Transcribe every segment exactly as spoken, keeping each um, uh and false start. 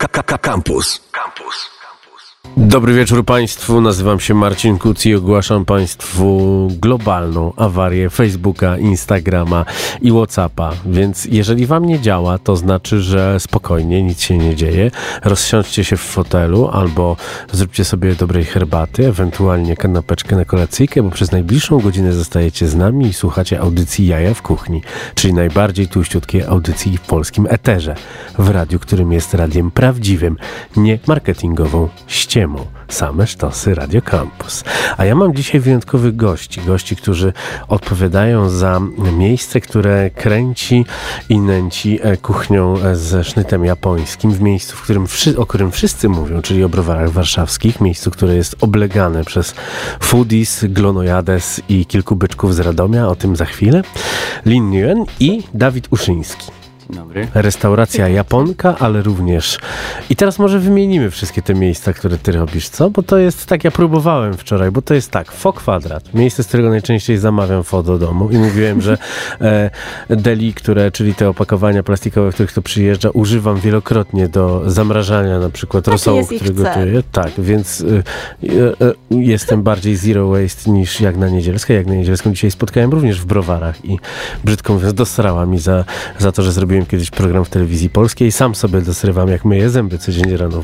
Campus. Campus. Dobry wieczór Państwu, nazywam się Marcin Kuc i ogłaszam Państwu globalną awarię Facebooka, Instagrama i Whatsappa, więc jeżeli Wam nie działa, to znaczy, że spokojnie, nic się nie dzieje. Rozsiądźcie się w fotelu albo zróbcie sobie dobrej herbaty, ewentualnie kanapeczkę na kolacyjkę, bo przez najbliższą godzinę zostajecie z nami i słuchacie audycji Jaja w kuchni, czyli najbardziej tłuściutkiej audycji w polskim eterze, w radiu, którym jest radiem prawdziwym, nie marketingową ściemą. Same sztosy Radio Campus. A ja mam dzisiaj wyjątkowych gości. Gości, którzy odpowiadają za miejsce, które kręci i nęci kuchnią ze sznytem japońskim, w miejscu, w którym, o którym wszyscy mówią, czyli o browarach warszawskich, miejscu, które jest oblegane przez foodies, glonojades i kilku byczków z Radomia, o tym za chwilę. Lin Nguyen i Dawid Uszyński. Dobry. Restauracja Japonka, ale również... I teraz może wymienimy wszystkie te miejsca, które ty robisz, co? Bo to jest tak, ja próbowałem wczoraj, bo to jest tak, Fo Kwadrat, miejsce, z którego najczęściej zamawiam fo do domu i mówiłem, że e, deli, które, czyli te opakowania plastikowe, w których to przyjeżdża, używam wielokrotnie do zamrażania na przykład rosołu, który gotuję. Tak, więc e, e, jestem bardziej zero waste niż Jagna Niedzielska. Jagnę Niedzielską dzisiaj spotkałem również w browarach i brzydko mówiąc dosrała mi za, za to, że zrobiłem kiedyś program w telewizji polskiej. Sam sobie dosrywam, jak myję zęby codziennie rano.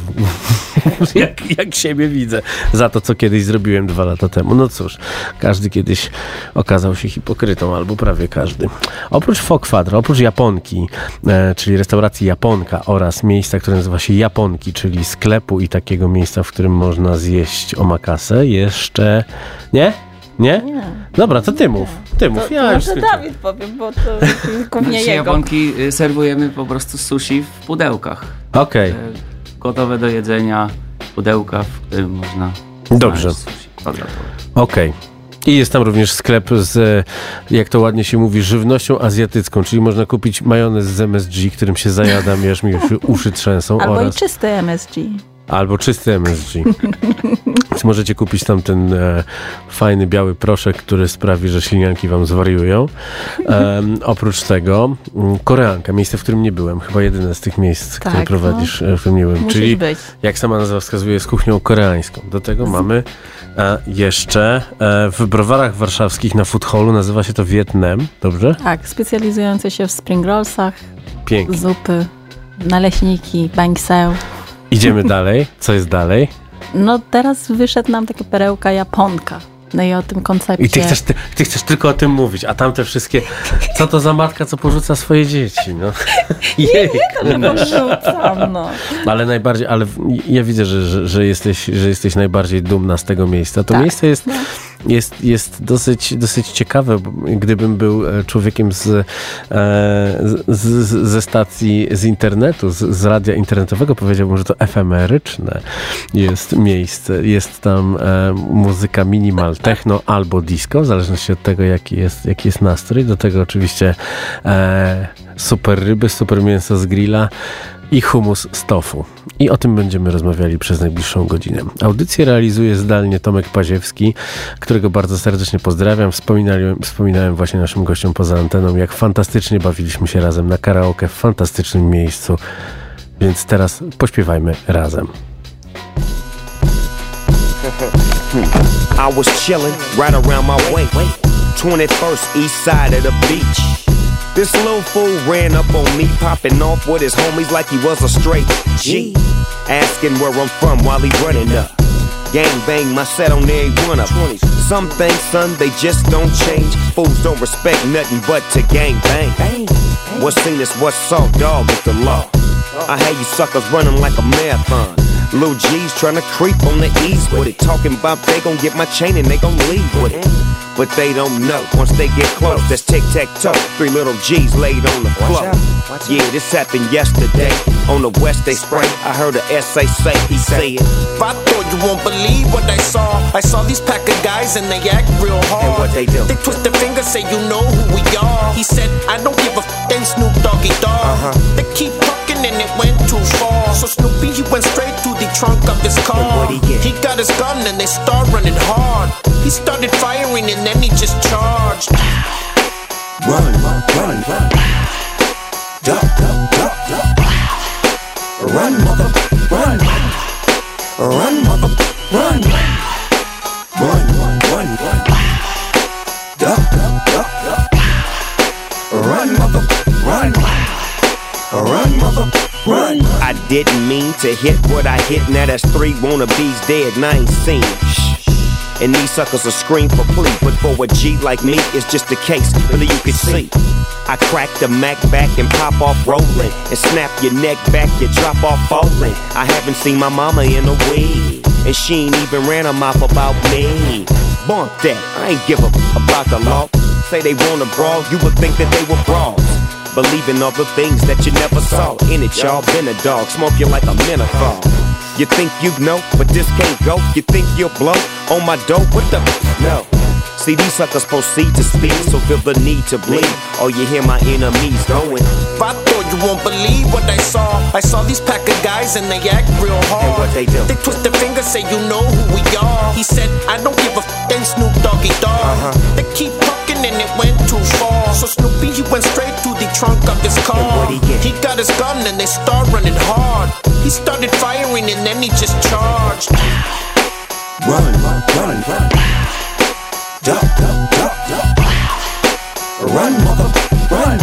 jak, jak siebie widzę. Za to, co kiedyś zrobiłem dwa lata temu. No cóż, każdy kiedyś okazał się hipokrytą, albo prawie każdy. Oprócz Fo Kwadra, oprócz Japonki, e, czyli restauracji Japonka oraz miejsca, które nazywa się Japonki, czyli sklepu i takiego miejsca, w którym można zjeść omakase, jeszcze... Nie? Nie? Nie. Dobra, to ty mów. Ty mów. To, ja to już może Dawid powiem, bo to głównie Dzisiaj jego. Japonki serwujemy po prostu sushi w pudełkach. Okej. Okay. Gotowe do jedzenia pudełka, w którym można Dobrze. sushi kwadratowe. Okej. Okay. I jest tam również sklep z, jak to ładnie się mówi, żywnością azjatycką, czyli można kupić majonez z M S G, którym się zajadam, aż mi uszy, uszy trzęsą. Albo oraz... i czysty M S G. Albo czysty M S G. Więc możecie kupić tam ten e, fajny biały proszek, który sprawi, że ślinianki wam zwariują. E, oprócz tego m, Koreanka, miejsce, w którym nie byłem. Chyba jedyne z tych miejsc, tak, które prowadzisz, no. w którym nie byłem. Musisz Czyli, być. jak sama nazwa wskazuje, z kuchnią koreańską. Do tego z... mamy e, jeszcze e, w browarach warszawskich na Food Hallu, nazywa się to Vietnam, dobrze? Tak, specjalizujący się w spring rollsach, pięknie. Zupy, naleśniki, banh seo. Idziemy dalej. Co jest dalej? No teraz wyszedł nam taka perełka Japonka. No i o tym koncepcie... I ty chcesz, ty, ty chcesz tylko o tym mówić, a tamte wszystkie... Co to za matka, co porzuca swoje dzieci, no? Nie, nie, to porzucam, no. Ale najbardziej, ale ja widzę, że, że, że, jesteś, że jesteś najbardziej dumna z tego miejsca. To tak. miejsce jest... Jest, jest dosyć, dosyć ciekawe, bo gdybym był człowiekiem z, e, z, z, ze stacji, z internetu, z, z radia internetowego, powiedziałbym, że to efemeryczne jest miejsce. Jest tam e, muzyka minimal, techno albo disco, w zależności od tego, jaki jest, jaki jest nastrój. Do tego oczywiście e, super ryby, super mięso z grilla i hummus z tofu. I o tym będziemy rozmawiali przez najbliższą godzinę. Audycję realizuje zdalnie Tomek Paziewski, którego bardzo serdecznie pozdrawiam. Wspominałem, wspominałem właśnie naszym gościom poza anteną, jak fantastycznie bawiliśmy się razem na karaoke w fantastycznym miejscu. Więc teraz pośpiewajmy razem. I was chilling right around my way, twenty-first east side of the beach. This little fool ran up on me, popping off with his homies like he was a straight G. Asking where I'm from while he running up. Gang bang my set on every one of them. Some things, son, they just don't change. Fools don't respect nothing but to gang bang. What's seen is what's saw, dog, is the law. I had you suckers running like a marathon. Lil G's tryna creep on the ease with it. Talking about they gon' get my chain and they gon' leave with it. But they don't know, once they get close, that's tic-tac-toe. Three little G's laid on the floor. Yeah, this happened yesterday. On the west they spray, I heard a S A say, he said, if I thought you won't believe what I saw. I saw these pack of guys and they act real hard. And what they do? They twist their fingers, say you know who we are. He said, I don't give a f***, ain't Snoop Doggy Dogg. Uh-huh. They keep talking and it went too far. So Snoopy, he went straight to the trunk of his car. He, he got his gun and they start running hard. He started firing and then he just charged. Run, run, run, run. Duck, duck, duck, duck. Run, mother, run. Run, mother, run. Run, run, run, run. Duck, duck, duck, duck. Run, mother, run. Run, mother, run. I didn't mean to hit what I hit. Now that's three wannabes dead and I ain't seen. Shh. And these suckers will scream for plea. But for a G like me, it's just a case, really you can see. I crack the Mac back and pop off rolling. And snap your neck back, you drop off falling. I haven't seen my mama in a week, and she ain't even ran her mouth about me. Bump that, I ain't give a about the law. Say they wanna brawl, you would think that they were brawls. Believing all the things that you never saw. In it, y'all been a dog, smoke you like a menthol. You think you know, but this can't go. You think you'll blow on my dope? What the? No. See, these suckers proceed to speak, so feel the need to bleed. Oh, you hear my enemies going. I thought you won't believe what I saw. I saw these pack of guys and they act real hard. And what they do? They twist their fingers, say you know who we are. He said, I don't give a f***, ain't Snoop Doggy Dogg. Uh-huh. They keep talking and it went too far. So Snoopy, he went straight to the trunk of his car. And what'd he get? He got his gun and they start running hard. He started firing and then he just charged. Run, run, run, run. Duck, duck, duck, duck. Run, mother, run.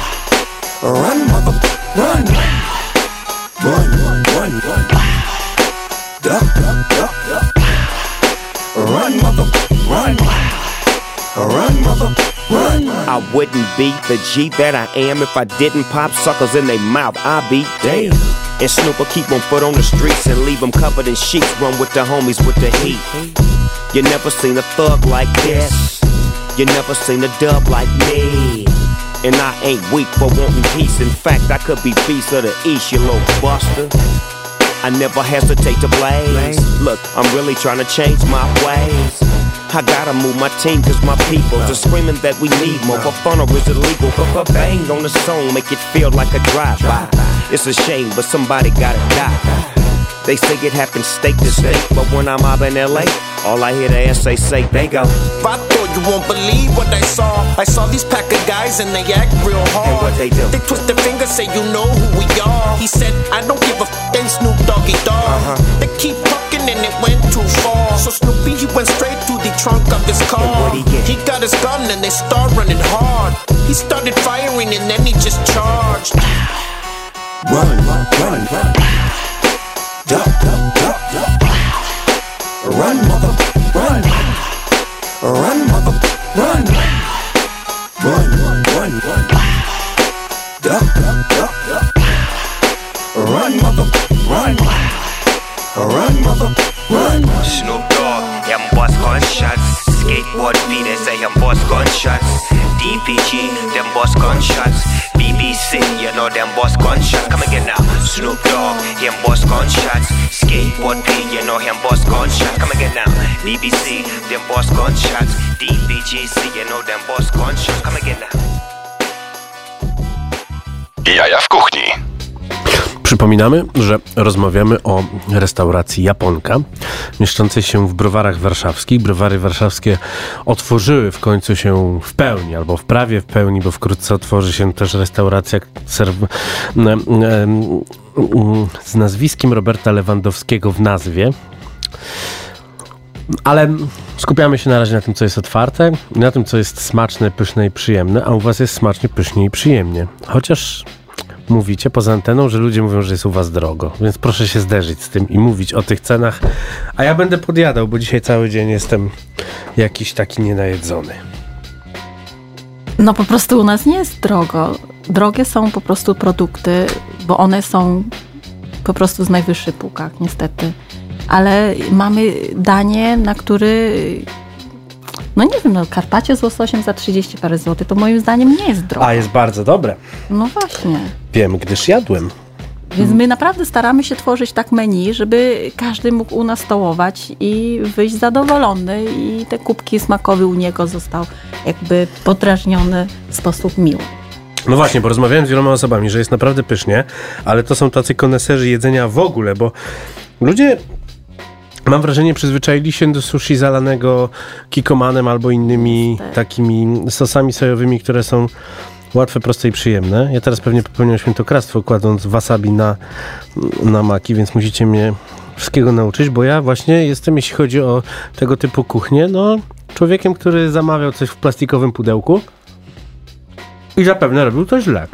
Run, mother, run. Run, run, run, run. Duck, duck, duck, duck. Run, mother, run. Run, mother, run. I wouldn't be the G that I am if I didn't pop suckers in their mouth. I'd be damn. And Snoop will keep one foot on the streets and leave them covered in sheets. Run with the homies with the heat. You never seen a thug like this. You never seen a dub like me. And I ain't weak for wanting peace. In fact, I could be beast of the east, you little buster. I never hesitate to blaze. Look, I'm really trying to change my ways. I gotta move my team cause my people are screaming that we need more. For fun or is it legal? But bang on the song, make it feel like a drive-by. It's a shame, but somebody gotta die. They say it happens state to state, but when I'm out in L A, all I hear the S A say, they go. I thought you won't believe what I saw. I saw these pack of guys and they act real hard. And what they do? They twist their fingers, say you know who we are. He said, I don't give a f***, ain't Snoop Doggy Dogg. Uh-huh. They keep talking and it went too far. So Snoopy, he went straight to the trunk of his car. And what'd he get? He got his gun and they start running hard. He started firing and then he just charged. Run, run, run, run. Duck, duck, duck, duck. Run, mother, run. Run, mother, run. Run, run, run, run. Duck, duck, duck, duck. Run, mother, run. Run, mother, run. Snoop Dogg, him boss gunshots. Skateboard beaters, say him boss gunshots. D P G, them boss gunshots. B B C, you know them boss gunshots. Come again now. Snoop Dogg, him boss gunshots. Skateboard P, you know him boss gunshots. Come again now. B B C, them boss gunshots. D P G C, you know them boss gunshots. Come again now. Jaja w kuchni. Przypominamy, że rozmawiamy o restauracji Japonka, mieszczącej się w Browarach Warszawskich. Browary warszawskie otworzyły w końcu się w pełni, albo w prawie w pełni, bo wkrótce otworzy się też restauracja serw- z nazwiskiem Roberta Lewandowskiego w nazwie. Ale skupiamy się na razie na tym, co jest otwarte, na tym, co jest smaczne, pyszne i przyjemne, a u was jest smacznie, pysznie i przyjemnie. Chociaż mówicie poza anteną, że ludzie mówią, że jest u was drogo, więc proszę się zderzyć z tym i mówić o tych cenach, a ja będę podjadał, bo dzisiaj cały dzień jestem jakiś taki nienajedzony. No po prostu u nas nie jest drogo. Drogie są po prostu produkty, bo one są po prostu z najwyższych półkach, niestety. Ale mamy danie, na który, no nie wiem, no karpacie z łososiem za trzydzieści parę złotych, to moim zdaniem nie jest drogo. A jest bardzo dobre. No właśnie. Wiem, gdyż jadłem. Więc my naprawdę staramy się tworzyć tak menu, żeby każdy mógł u nas stołować i wyjść zadowolony i te kubki smakowe u niego został jakby podrażniony w sposób miły. No właśnie, bo rozmawiałem z wieloma osobami, że jest naprawdę pysznie, ale to są tacy koneserzy jedzenia w ogóle, bo ludzie, mam wrażenie, przyzwyczaili się do sushi zalanego kikomanem albo innymi takimi sosami sojowymi, które są Łatwe, proste i przyjemne. Ja teraz pewnie popełniam świętokradztwo, kładąc wasabi na, na maki, więc musicie mnie wszystkiego nauczyć, bo ja właśnie jestem, jeśli chodzi o tego typu kuchnię, no człowiekiem, który zamawiał coś w plastikowym pudełku i zapewne robił to źle.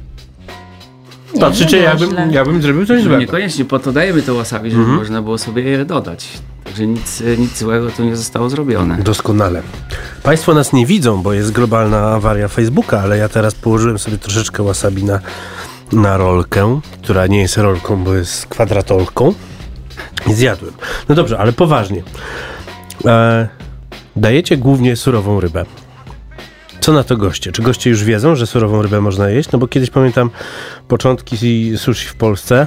Patrzycie, nie jakbym, źle. jakbym zrobił coś No źle. niekoniecznie, po to dajemy to wasabi, żeby Mhm. można było sobie je dodać. Także nic, nic złego tu nie zostało zrobione. Doskonale. Państwo nas nie widzą, bo jest globalna awaria Facebooka, ale ja teraz położyłem sobie troszeczkę wasabi na, na rolkę, która nie jest rolką, bo jest kwadratolką i zjadłem. No dobrze, ale poważnie. E, dajecie głównie surową rybę. Co na to goście? Czy goście już wiedzą, że surową rybę można jeść? No bo kiedyś pamiętam początki sushi w Polsce.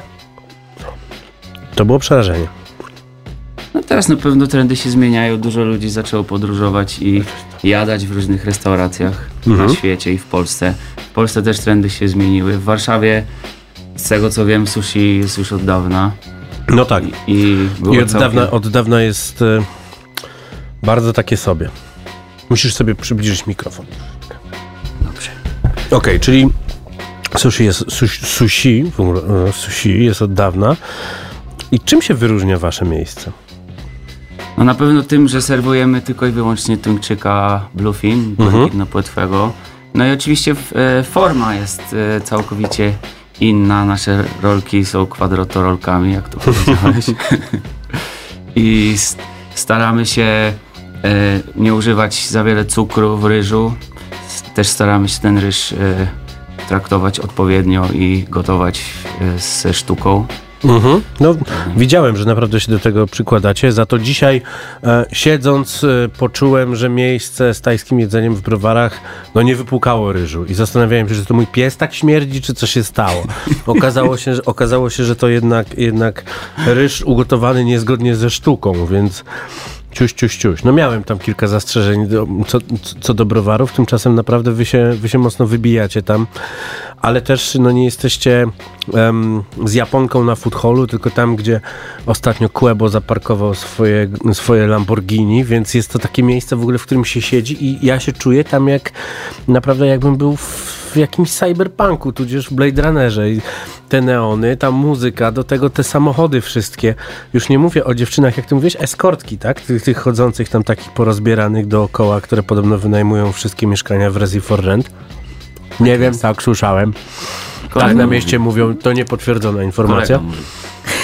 To było przerażenie. No teraz na pewno trendy się zmieniają, dużo ludzi zaczęło podróżować i jadać w różnych restauracjach Mhm. na świecie i w Polsce. W Polsce też trendy się zmieniły. W Warszawie, z tego co wiem, sushi jest już od dawna. No tak. I, było I od całkiem- dawna, od dawna jest e, bardzo takie sobie. Musisz sobie przybliżyć mikrofon. Dobrze. Okej, czyli sushi jest, sushi, sushi, w ogóle, e, sushi jest od dawna. I czym się wyróżnia wasze miejsce? No na pewno tym, że serwujemy tylko i wyłącznie tuńczyka bluefin, błękitno-płetwego. No i oczywiście e, forma jest e, całkowicie inna. Nasze rolki są kwadratorolkami, jak to powiedziałeś. I s- staramy się e, nie używać za wiele cukru w ryżu. S- Też staramy się ten ryż e, traktować odpowiednio i gotować e, ze sztuką. Mhm. No, widziałem, że naprawdę się do tego przykładacie. Za to dzisiaj e, siedząc e, poczułem, że miejsce z tajskim jedzeniem w browarach no nie wypłukało ryżu i zastanawiałem się, czy to mój pies tak śmierdzi, czy co się stało. Okazało się, że, okazało się, że to jednak, jednak ryż ugotowany niezgodnie ze sztuką, więc ciuś, ciuś, ciuś. No miałem tam kilka zastrzeżeń do, co, co do browarów, tymczasem naprawdę wy się, wy się mocno wybijacie tam, ale też no nie jesteście um, z Japonką na food hallu, tylko tam, gdzie ostatnio Quebo zaparkował swoje, swoje Lamborghini, więc jest to takie miejsce w ogóle, w którym się siedzi i ja się czuję tam jak naprawdę jakbym był w w jakimś cyberpunku, tudzież w Blade Runnerze i te neony, ta muzyka, do tego te samochody wszystkie. Już nie mówię o dziewczynach, jak ty mówisz, eskortki, tak? Tych, tych chodzących tam takich porozbieranych dookoła, które podobno wynajmują wszystkie mieszkania w Resi for Rent. Nie wiem, tak słyszałem. Tak na mieście mówią, to niepotwierdzona informacja. Kolega mówi.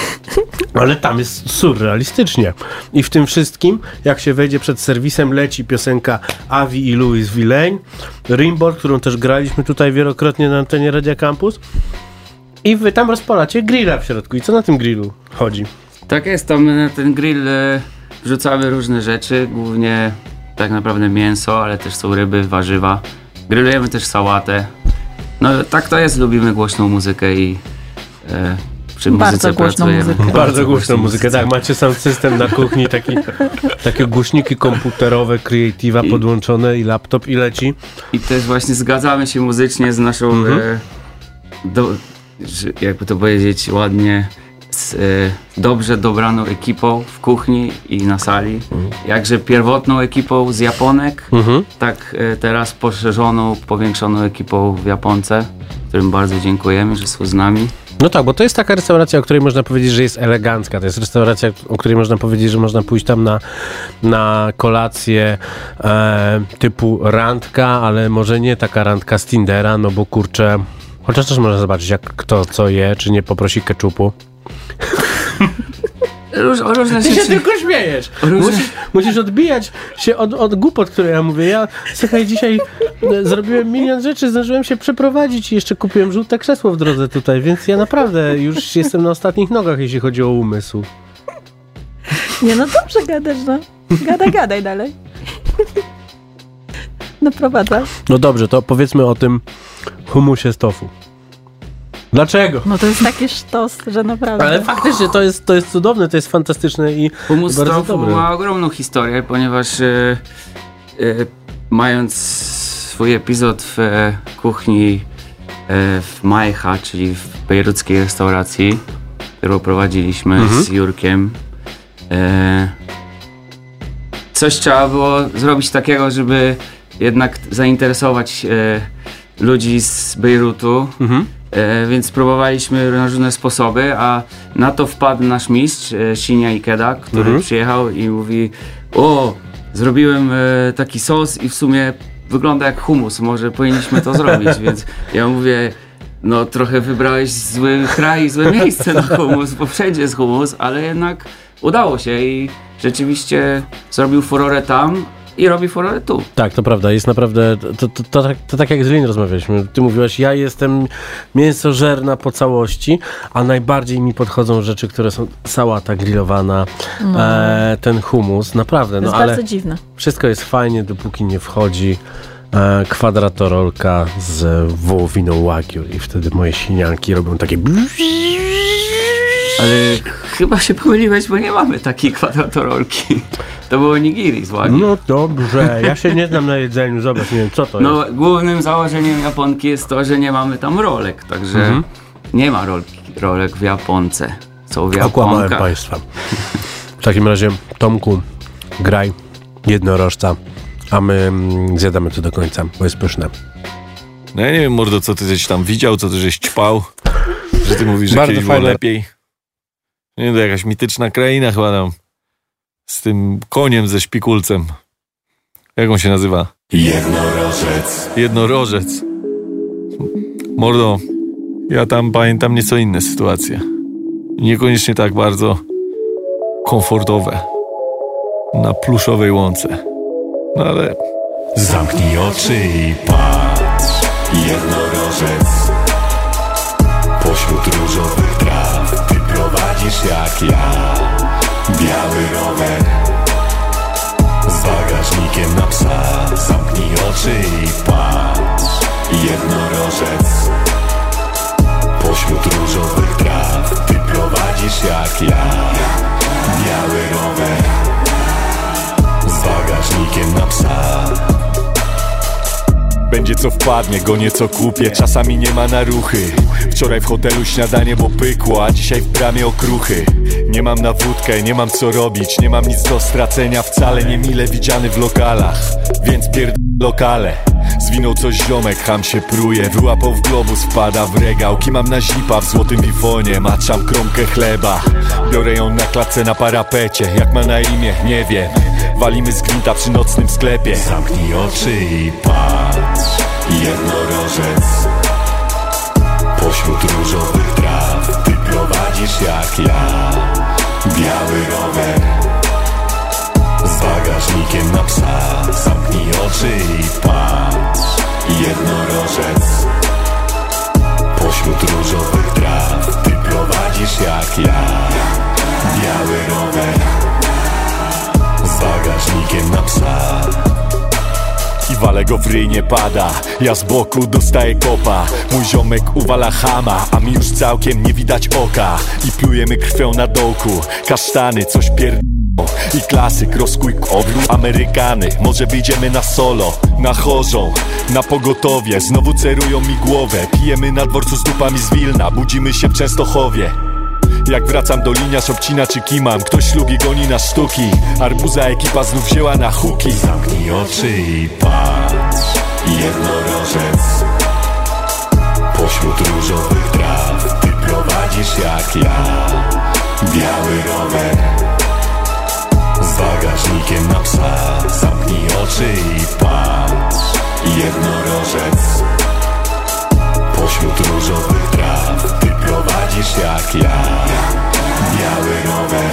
Ale tam jest surrealistycznie. I w tym wszystkim, jak się wejdzie przed serwisem, leci piosenka Avi i Louis Villain, Rimboard, którą też graliśmy tutaj wielokrotnie na antenie Radia Campus. I wy tam rozpalacie grilla w środku. I co na tym grillu chodzi? Tak jest, tam na ten grill e, wrzucamy różne rzeczy, głównie tak naprawdę mięso, ale też są ryby, warzywa. Grillujemy też sałatę. No tak to jest, lubimy głośną muzykę i e, przy Bardzo muzyce głośną pracujemy. muzykę. Bardzo głośną muzykę. Tak, macie sound system na kuchni, taki, takie głośniki komputerowe, Creative'a podłączone i laptop i leci. I też właśnie zgadzamy się muzycznie z naszą, Mhm. e, do, że, jakby to powiedzieć ładnie, z e, dobrze dobraną ekipą w kuchni i na sali. Jakże pierwotną ekipą z Japonek, Mhm. tak e, teraz poszerzoną, powiększoną ekipą w Japonce, którym bardzo dziękujemy, że są z nami. No tak, bo to jest taka restauracja, o której można powiedzieć, że jest elegancka. To jest restauracja, o której można powiedzieć, że można pójść tam na, na kolację e, typu randka, ale może nie taka randka z Tindera, no bo kurczę, chociaż też można zobaczyć, jak kto co je, czy nie poprosi keczupu. Róż, o różne Ty się rzeczy. tylko śmiejesz. Różne- Musisz, musisz odbijać się od, od głupot, które ja mówię. Ja, słuchaj, dzisiaj e, zrobiłem milion rzeczy, zdążyłem się przeprowadzić i jeszcze kupiłem żółte krzesło w drodze tutaj, więc ja naprawdę już jestem na ostatnich nogach, jeśli chodzi o umysł. Nie, no dobrze gadasz, no. Gadaj, gadaj dalej. No prowadzaj. No dobrze, to powiedzmy o tym humusie z tofu. Dlaczego? No to jest taki sztos, że naprawdę. Ale faktycznie to jest, to jest cudowne, to jest fantastyczne i Humus bardzo tofu dobre. ma ogromną historię, ponieważ e, e, mając swój epizod w e, kuchni e, w Majcha, czyli w bejruckiej restauracji, którą prowadziliśmy Mhm. z Jurkiem, e, coś trzeba było zrobić takiego, żeby jednak zainteresować e, ludzi z Bejrutu, mhm. e, więc próbowaliśmy na różne sposoby, a na to wpadł nasz mistrz, e, Shinya Ikeda, który mhm. przyjechał i mówi: o, zrobiłem e, taki sos i w sumie wygląda jak hummus, może powinniśmy to zrobić, więc ja mówię: no trochę wybrałeś zły kraj i złe miejsce na hummus, bo wszędzie jest hummus, ale jednak udało się i rzeczywiście zrobił furorę tam i robi furorę tu. Tak, to prawda, jest naprawdę, to, to, to, to, to tak jak z Lin rozmawialiśmy, ty mówiłaś, ja jestem mięsożerna po całości, a najbardziej mi podchodzą rzeczy, które są sałata grillowana, no. e, ten hummus, naprawdę. To no, jest ale bardzo dziwne. Wszystko jest fajnie, dopóki nie wchodzi e, kwadratorolka z wołowiną wagyu i wtedy moje sinianki robią takie... Ale chyba się pomyliłeś, bo nie mamy takiej kwadratorolki. To było nigiri z wagyu. No dobrze, ja się nie znam na jedzeniu, zobacz, nie wiem co to no, jest. No głównym założeniem Japonki jest to, że nie mamy tam rolek, także mhm. nie ma rolki, rolek w Japonce. Są w Japonkach. Okłamałem państwa. W takim razie, Tomku, graj jednorożca, a my mm, zjadamy to do końca, bo jest pyszne. No ja nie wiem, mordo, co ty żeś tam widział, co ty żeś ćpał, że ty mówisz, że bardzo kiedyś było lepiej. Nie wiem, to jakaś mityczna kraina chyba tam. Z tym koniem ze szpikulcem. Jak on się nazywa? Jednorożec. Jednorożec. Mordo, ja tam pamiętam nieco inne sytuacje. Niekoniecznie tak bardzo komfortowe. Na pluszowej łące. No ale... Zamknij oczy i patrz. Jednorożec. Pośród różowych traw ty prowadzisz jak ja. Biały rower z bagażnikiem na psa. Zamknij oczy i patrz. Jednorożec. Pośród różowych traw ty prowadzisz jak ja. Biały rower z bagażnikiem na psa. Będzie co wpadnie, go nieco kupię. Czasami nie ma na ruchy. Wczoraj w hotelu śniadanie, bo pykło, a dzisiaj w bramie okruchy. Nie mam na wódkę, nie mam co robić. Nie mam nic do stracenia, wcale nie mile widziany w lokalach. Więc pierd... lokale. Zwinął coś ziomek, ham się pruje. Wyłapał w globus, wpada w regał. Kimam na zipa w złotym bifonie. Maczam kromkę chleba. Biorę ją na klatce na parapecie. Jak ma na imię, nie wiem. Walimy z gwinta przy nocnym sklepie. Zamknij oczy i patrz. Jednorożec. Pośród różowych traw ty prowadzisz jak ja. Biały rower z bagażnikiem na psa. Zamknij oczy i patrz. Jednorożec. Pośród różowych traw ty prowadzisz jak ja. Biały rower z bagażnikiem na psa. I walę go w ryj, nie pada. Ja z boku dostaję kopa. Mój ziomek uwala chama, a mi już całkiem nie widać oka. I plujemy krwią na dołku. Kasztany, coś pierd... I klasyk, rozkój obrót Amerykany. Może wyjdziemy na solo, na chorzą, na pogotowie. Znowu cerują mi głowę. Pijemy na dworcu z dupami z Wilna. Budzimy się w Częstochowie. Jak wracam do Liniarz, obcina czy kimam. Ktoś lubi, goni na sztuki. Arbuza ekipa znów wzięła na huki. Zamknij oczy i patrz. Jednorożec. Pośród różowych traw ty prowadzisz jak ja. Biały rower z bagażnikiem na psa. Zamknij oczy i patrz. Jednorożec. Pośród różowych traw ty prowadzisz jak ja. Biały rower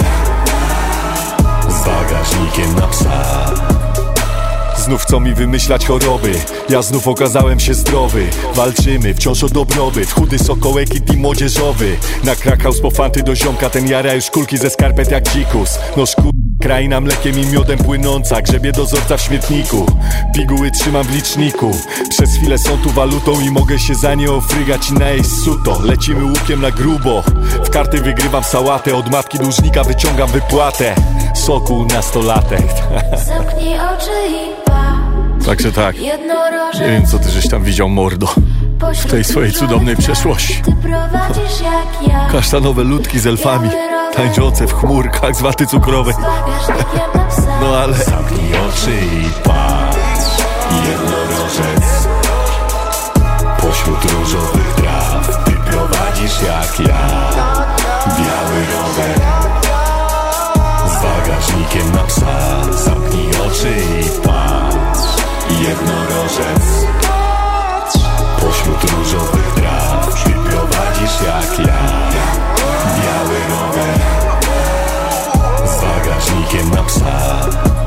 z bagażnikiem na psa. Znów chcą mi wymyślać choroby. Ja znów okazałem się zdrowy. Walczymy wciąż o dobrobyt. Chudy sokołek i team młodzieżowy. Na Krakhaus po fanty do ziomka. Ten jara już kulki ze skarpet jak dzikus. No szku... kraina mlekiem i miodem płynąca. Grzebie dozorca w śmietniku. Piguły trzymam w liczniku. Przez chwilę są tu walutą i mogę się za nie ofrygać i najeść suto. Lecimy łukiem na grubo. W karty wygrywam sałatę. Od matki dłużnika wyciągam wypłatę. Soku nastolatek. Zamknij oczy i patrz. Także tak. Nie wiem, co ty żeś tam widział, mordo, w tej swojej cudownej przeszłości. Kasztanowe ludki z elfami, tańczące w chmurkach z waty cukrowej. No ale... Zamknij oczy i patrz. Jednorożec. Pośród różowych traw ty prowadzisz jak ja. Biały rower z bagażnikiem na psa. Zamknij oczy i patrz. Jednorożec pośród różowych traw ty prowadzisz jak ja. Biały rower z bagażnikiem na psa.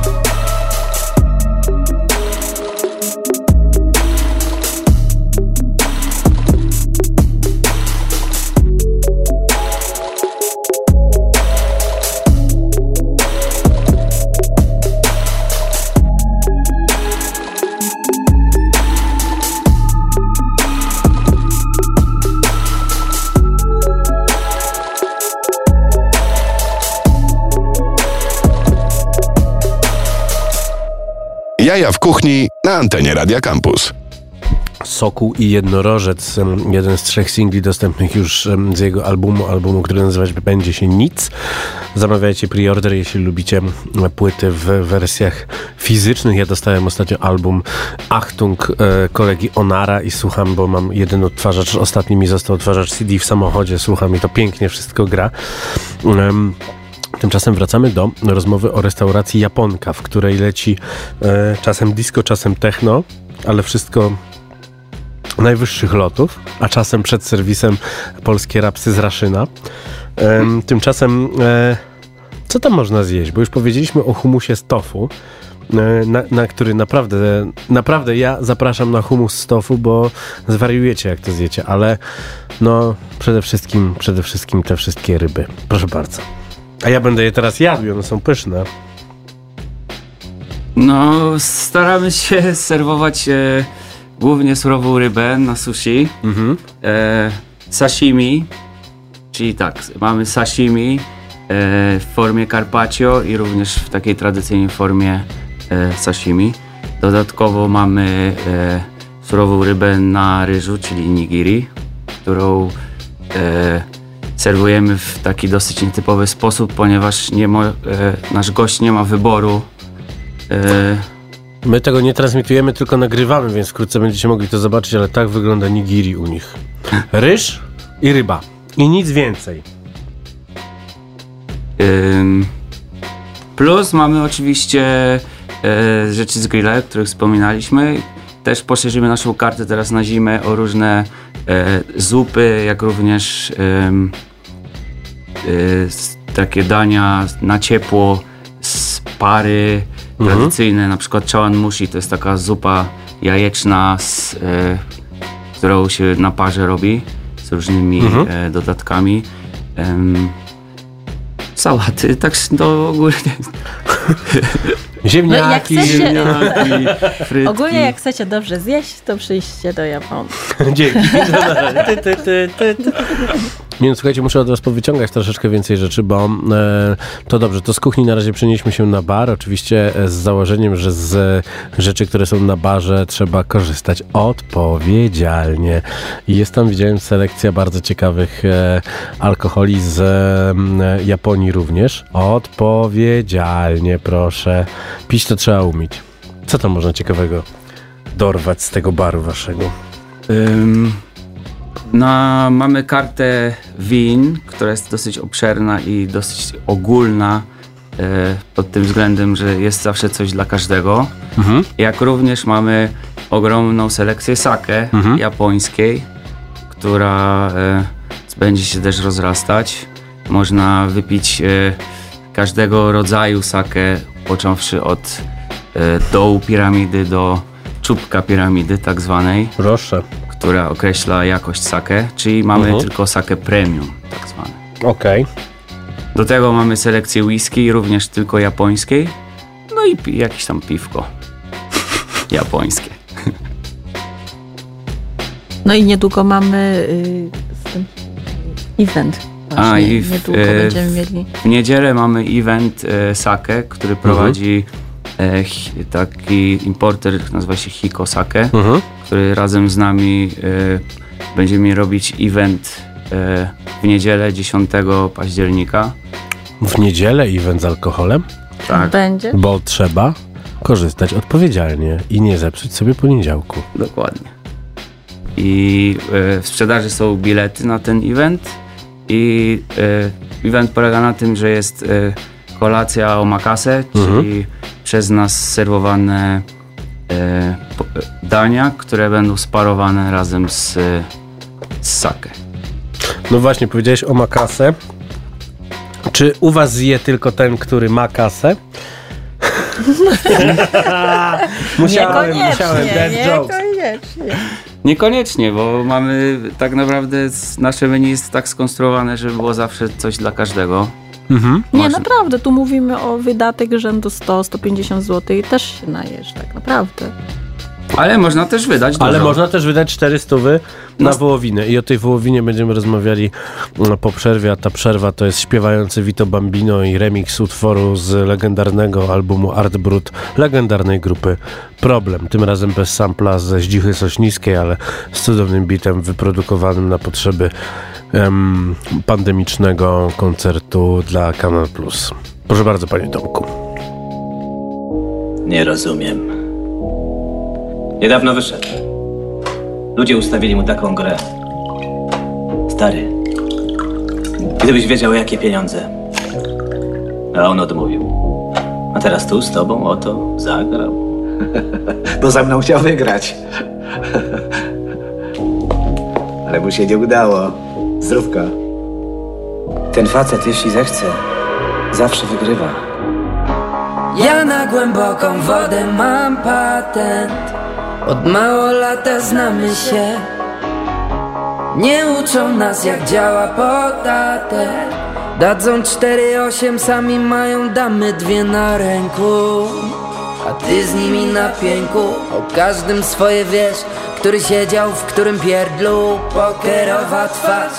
Jaja w kuchni na antenie Radia Campus. Sokół i Jednorożec, em, jeden z trzech singli dostępnych już em, z jego albumu, albumu, który nazywać będzie się Nic. Zamawiajcie preorder, jeśli lubicie m, płyty w wersjach fizycznych. Ja dostałem ostatnio album Achtung e, kolegi Onara i słucham, bo mam jeden odtwarzacz, ostatni mi został odtwarzacz C D w samochodzie, słucham i to pięknie wszystko gra. Em, Tymczasem wracamy do rozmowy o restauracji Japonka, w której leci e, czasem disco, czasem techno, ale wszystko najwyższych lotów, a czasem przed serwisem polskie rapsy z Raszyna. E, tymczasem e, co tam można zjeść? Bo już powiedzieliśmy o humusie z tofu, e, na, na który naprawdę, naprawdę ja zapraszam na humus z tofu, bo zwariujecie jak to zjecie, ale no przede wszystkim, przede wszystkim te wszystkie ryby. Proszę bardzo. A ja będę je teraz jadł, one są pyszne. No, staramy się serwować e, głównie surową rybę na sushi. Mhm. E, sashimi, czyli tak, mamy sashimi e, w formie carpaccio i również w takiej tradycyjnej formie e, sashimi. Dodatkowo mamy e, surową rybę na ryżu, czyli nigiri, którą e, serwujemy w taki dosyć nietypowy sposób, ponieważ nie ma, e, nasz gość nie ma wyboru. E, My tego nie transmitujemy, tylko nagrywamy, więc wkrótce będziecie mogli to zobaczyć, ale tak wygląda nigiri u nich. Ryż i ryba. I nic więcej. E, plus mamy oczywiście e, rzeczy z grilla, o których wspominaliśmy. Też poszerzymy naszą kartę teraz na zimę o różne e, zupy, jak również e, e, takie dania na ciepło z pary mhm. tradycyjne, na przykład chawanmushi, to jest taka zupa jajeczna, z, e, którą się na parze robi z różnymi mhm. e, dodatkami. E, sałaty, tak no ogólnie. Ziemniaki, no, jak chcecie, ziemniaki, frytki. Ogólnie jak chcecie dobrze zjeść, to przyjście do Japonii. Dzięki. Ty, ty, ty, ty, ty. Nie, no, słuchajcie, muszę od was powyciągać troszeczkę więcej rzeczy, bo e, to dobrze, to z kuchni na razie przenieśmy się na bar, oczywiście z założeniem, że z rzeczy, które są na barze, trzeba korzystać odpowiedzialnie. I jest tam, widziałem, selekcja bardzo ciekawych e, alkoholi z e, Japonii również. Odpowiedzialnie, proszę. Pić to trzeba umieć. Co tam można ciekawego dorwać z tego baru waszego? Um. No, mamy kartę win, która jest dosyć obszerna i dosyć ogólna e, pod tym względem, że jest zawsze coś dla każdego. Mhm. Jak również mamy ogromną selekcję sake mhm. japońskiej, która e, będzie się też rozrastać. Można wypić e, każdego rodzaju sake, począwszy od e, dołu piramidy do czubka piramidy tak zwanej. Proszę. Która określa jakość sake, czyli mamy uh-huh. tylko sake premium, tak zwane. Okej. Okay. Do tego mamy selekcję whisky, również tylko japońskiej, no i pi- jakieś tam piwko japońskie. No i niedługo mamy y, z tym event. Właśnie. A i w, niedługo e, będziemy mieli. W niedzielę mamy event e, sake, który prowadzi uh-huh. e, hi, taki importer, nazywa się Hiko Sake, uh-huh. który razem z nami e, będziemy robić event e, w niedzielę dziesiątego października. W niedzielę event z alkoholem? Tak. Będzie. Bo trzeba korzystać odpowiedzialnie i nie zepsuć sobie poniedziałku. Dokładnie. i y, w sprzedaży są bilety na ten event i y, event polega na tym, że jest y, kolacja omakase, mhm. czyli przez nas serwowane y, po, dania, które będą sparowane razem z, z sake. No właśnie, powiedziałeś omakase. Czy u was zje tylko ten, który ma kasę? musiałem, musiałem, dead jokes. Niekoniecznie. Niekoniecznie, bo mamy tak naprawdę nasze menu jest tak skonstruowane, żeby było zawsze coś dla każdego. Mhm. Nie, naprawdę, tu mówimy o wydatek rzędu sto do stu pięćdziesięciu złotych i też się najesz, tak naprawdę. Ale można też wydać dużo. Ale można też wydać czterysta na wołowinę i o tej wołowinie będziemy rozmawiali po przerwie, a ta przerwa to jest śpiewający Vito Bambino i remix utworu z legendarnego albumu Art Brut legendarnej grupy Problem. Tym razem bez sampla ze Zdzichy Sośniskiej, ale z cudownym bitem wyprodukowanym na potrzeby em, pandemicznego koncertu dla Kanal Plus. Proszę bardzo, panie Tomku. Nie rozumiem. Niedawno wyszedł. Ludzie ustawili mu taką grę. Stary, gdybyś wiedział, jakie pieniądze. A on odmówił. A teraz tu z tobą oto zagrał. Bo za mną chciał wygrać. Ale mu się nie udało. Zdrówka. Ten facet, jeśli zechce, zawsze wygrywa. Ja na głęboką wodę mam patent. Od mało lata znamy się. Nie uczą nas, jak działa podatek. Dadzą cztery osiem, sami mają damy dwie na ręku. A ty z nimi na pięku. O każdym swoje wiesz, który siedział w którym pierdlu. Pokerowa twarz.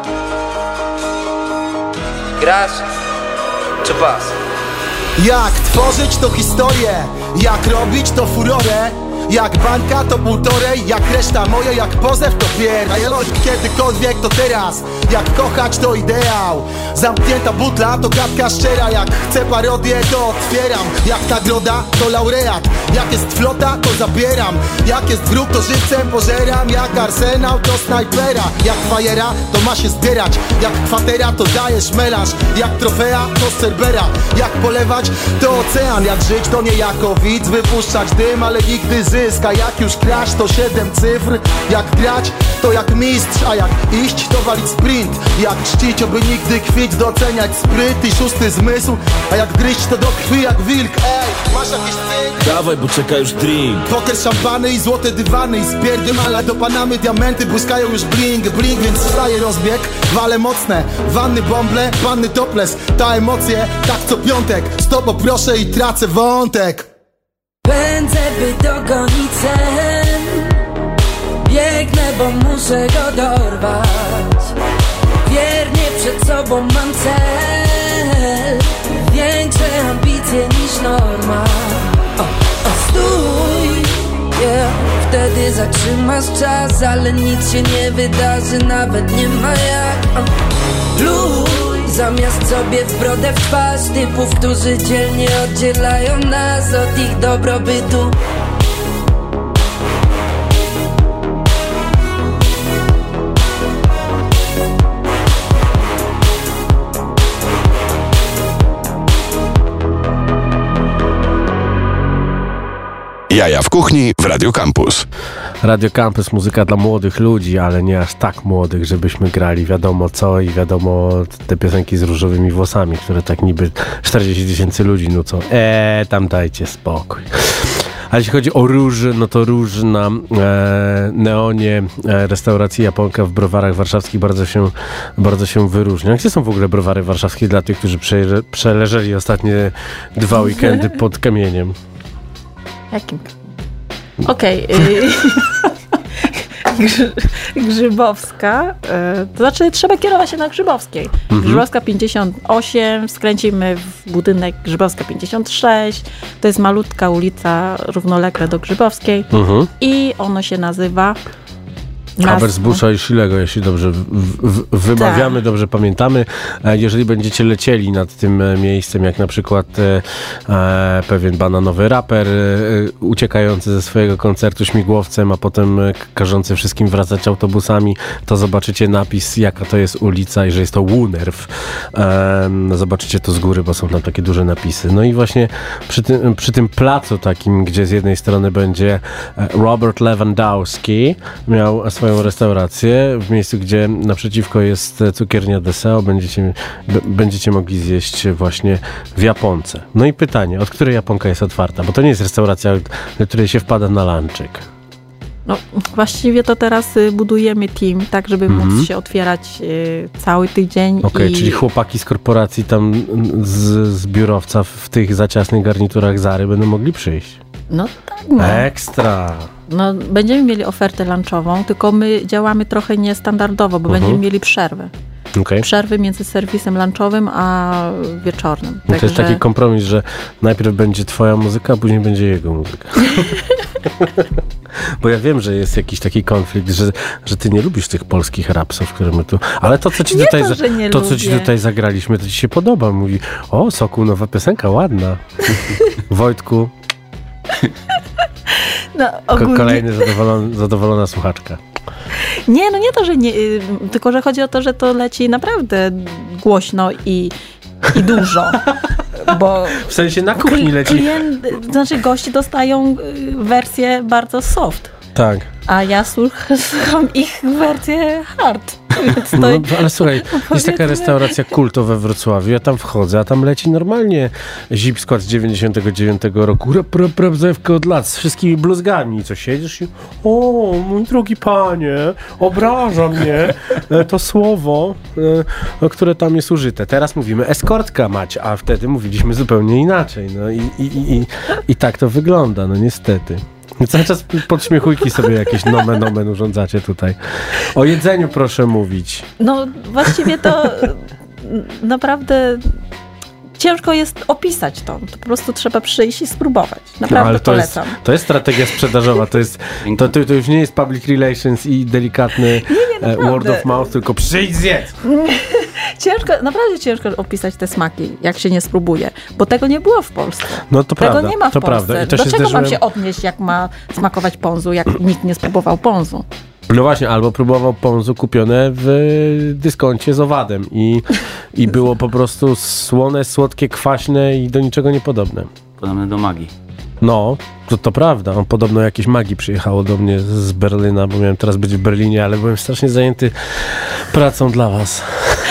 Grasz czy pas? Jak tworzyć to historię, jak robić to furorę. Jak bańka to półtorej, jak reszta moja, jak pozew to pier. A jeśli kiedykolwiek to teraz, jak kochać to ideał. Zamknięta butla to gadka szczera, jak chcę parodię to otwieram. Jak nagroda to laureat, jak jest flota to zabieram. Jak jest wróg to żywcem pożeram, jak arsenał to snajpera. Jak fajera to ma się zbierać, jak kwatera to dajesz melanż. Jak trofea to cerbera, jak polewać to ocean. Jak żyć to nie jako widz, wypuszczać dym, ale nigdy zysk. A jak już kraść to siedem cyfr. Jak grać to jak mistrz, a jak iść to walić sprint. Jak czcić, oby nigdy kwić, doceniać spryt i szósty zmysł. A jak gryźć to do krwi jak wilk. Ej, masz jakiś cynk? Dawaj, bo czeka już drink. Poker, szampany i złote dywany i spierdym, ale do Panamy diamenty błyskają już bling, bling. Więc wstaje rozbieg, wale mocne, wanny bąble, panny topless. Ta emocje, tak co piątek. Stop, poproszę i tracę wątek. Pędzę, by dogonić sen. Biegnę, bo muszę go dorwać. Wiernie przed sobą mam cel. Większe ambicje niż norma. O, o, stój, yeah. Wtedy zatrzymasz czas, ale nic się nie wydarzy, nawet nie ma jak. O, pluj, zamiast sobie w brodę w twarz typów, którzy dzielnie oddzielają nas od ich dobrobytu. Jaja w kuchni w Radio Campus. Radio Campus, muzyka dla młodych ludzi, ale nie aż tak młodych, żebyśmy grali wiadomo co i wiadomo te piosenki z różowymi włosami, które tak niby czterdzieści tysięcy ludzi nucą. Eee, tam dajcie spokój. A jeśli chodzi o róż, no to róż na e, Neonie, e, restauracji Japonka w Browarach Warszawskich bardzo się, bardzo się wyróżnia. Gdzie są w ogóle browary warszawskie dla tych, którzy prze, przeleżeli ostatnie dwa weekendy pod kamieniem? Jakim? Okej. Okay. Grzy, Grzybowska. To znaczy trzeba kierować się na Grzybowskiej. Mhm. Grzybowska pięćdziesiąt osiem, skręcimy w budynek Grzybowska pięćdziesiąt sześć. To jest malutka ulica równolegle do Grzybowskiej. Mhm. I ono się nazywa Habersbusza i Szilego, jeśli dobrze w, w, wymawiamy, tak. Dobrze pamiętamy. Jeżeli będziecie lecieli nad tym miejscem, jak na przykład e, pewien bananowy raper e, uciekający ze swojego koncertu śmigłowcem, a potem każący wszystkim wracać autobusami, to zobaczycie napis, jaka to jest ulica i że jest to Łunerw. E, zobaczycie to z góry, bo są tam takie duże napisy. No i właśnie przy tym, przy tym placu takim, gdzie z jednej strony będzie Robert Lewandowski, miał swoją restaurację w miejscu, gdzie naprzeciwko jest cukiernia Deseo, będziecie, b- będziecie mogli zjeść właśnie w Japonce. No i pytanie, od której Japonka jest otwarta? Bo to nie jest restauracja, do której się wpada na lunchik. No właściwie to teraz y, budujemy team, tak żeby mm-hmm. móc się otwierać y, cały tydzień. Okej, okay, i... czyli chłopaki z korporacji tam z, z biurowca w tych za ciasnych garniturach Zary będą mogli przyjść. No tak. No. Ekstra! No, będziemy mieli ofertę lunchową, tylko my działamy trochę niestandardowo, bo uh-huh. będziemy mieli przerwę. Okay. Przerwy między serwisem lunchowym a wieczornym. No to jest taki kompromis, że najpierw będzie twoja muzyka, a później będzie jego muzyka. Bo ja wiem, że jest jakiś taki konflikt, że, że ty nie lubisz tych polskich rapsów, które my tu... Ale to, co ci, nie tutaj, to, za, to, co ci tutaj zagraliśmy, to ci się podoba. Mówi, o, Sokół, nowa piosenka, ładna. Wojtku. No, ogólnie... Kolejny zadowolony, zadowolona słuchaczka. Nie, no nie to, że nie, tylko że chodzi o to, że to leci naprawdę głośno i, i dużo. Bo w sensie na kuchni leci. Klient, znaczy goście dostają wersję bardzo soft. Tak. A ja słucham ich wersję hard. To no, ale słuchaj, jest taka restauracja Kulto we Wrocławiu, ja tam wchodzę, a tam leci normalnie Zip Skład z dziewięćdziesiątego dziewiątego roku, rap, rap, rap, zewkę od lat, z wszystkimi bluzgami, co siedzisz i o, mój drogi panie, obraża mnie to słowo, które tam jest użyte. Teraz mówimy eskortka mać, a wtedy mówiliśmy zupełnie inaczej, no i, i, i, i, i tak to wygląda, no niestety. Cały czas podśmiechujki sobie jakieś nomen omen urządzacie tutaj. O jedzeniu proszę mówić. No właściwie to naprawdę ciężko jest opisać to. To po prostu trzeba przyjść i spróbować. Naprawdę no, ale to polecam. Jest, to jest strategia sprzedażowa. To, jest, to, to, to już nie jest public relations i delikatny nie, nie, word of mouth, tylko przyjdź zjedz. Ciężko, naprawdę ciężko opisać te smaki, jak się nie spróbuje, bo tego nie było w Polsce. No to tego prawda. nie ma w to Polsce. Prawda. I to Do się czego zderzyłem... mam się odnieść, jak ma smakować ponzu, jak nikt nie spróbował ponzu? No właśnie, albo próbował ponzu kupione w dyskoncie z owadem i, i było po prostu słone, słodkie, kwaśne i do niczego niepodobne. Podobne do magii. No, to, to prawda. On podobno jakieś magii przyjechało do mnie z Berlina, bo miałem teraz być w Berlinie, ale byłem strasznie zajęty pracą dla was.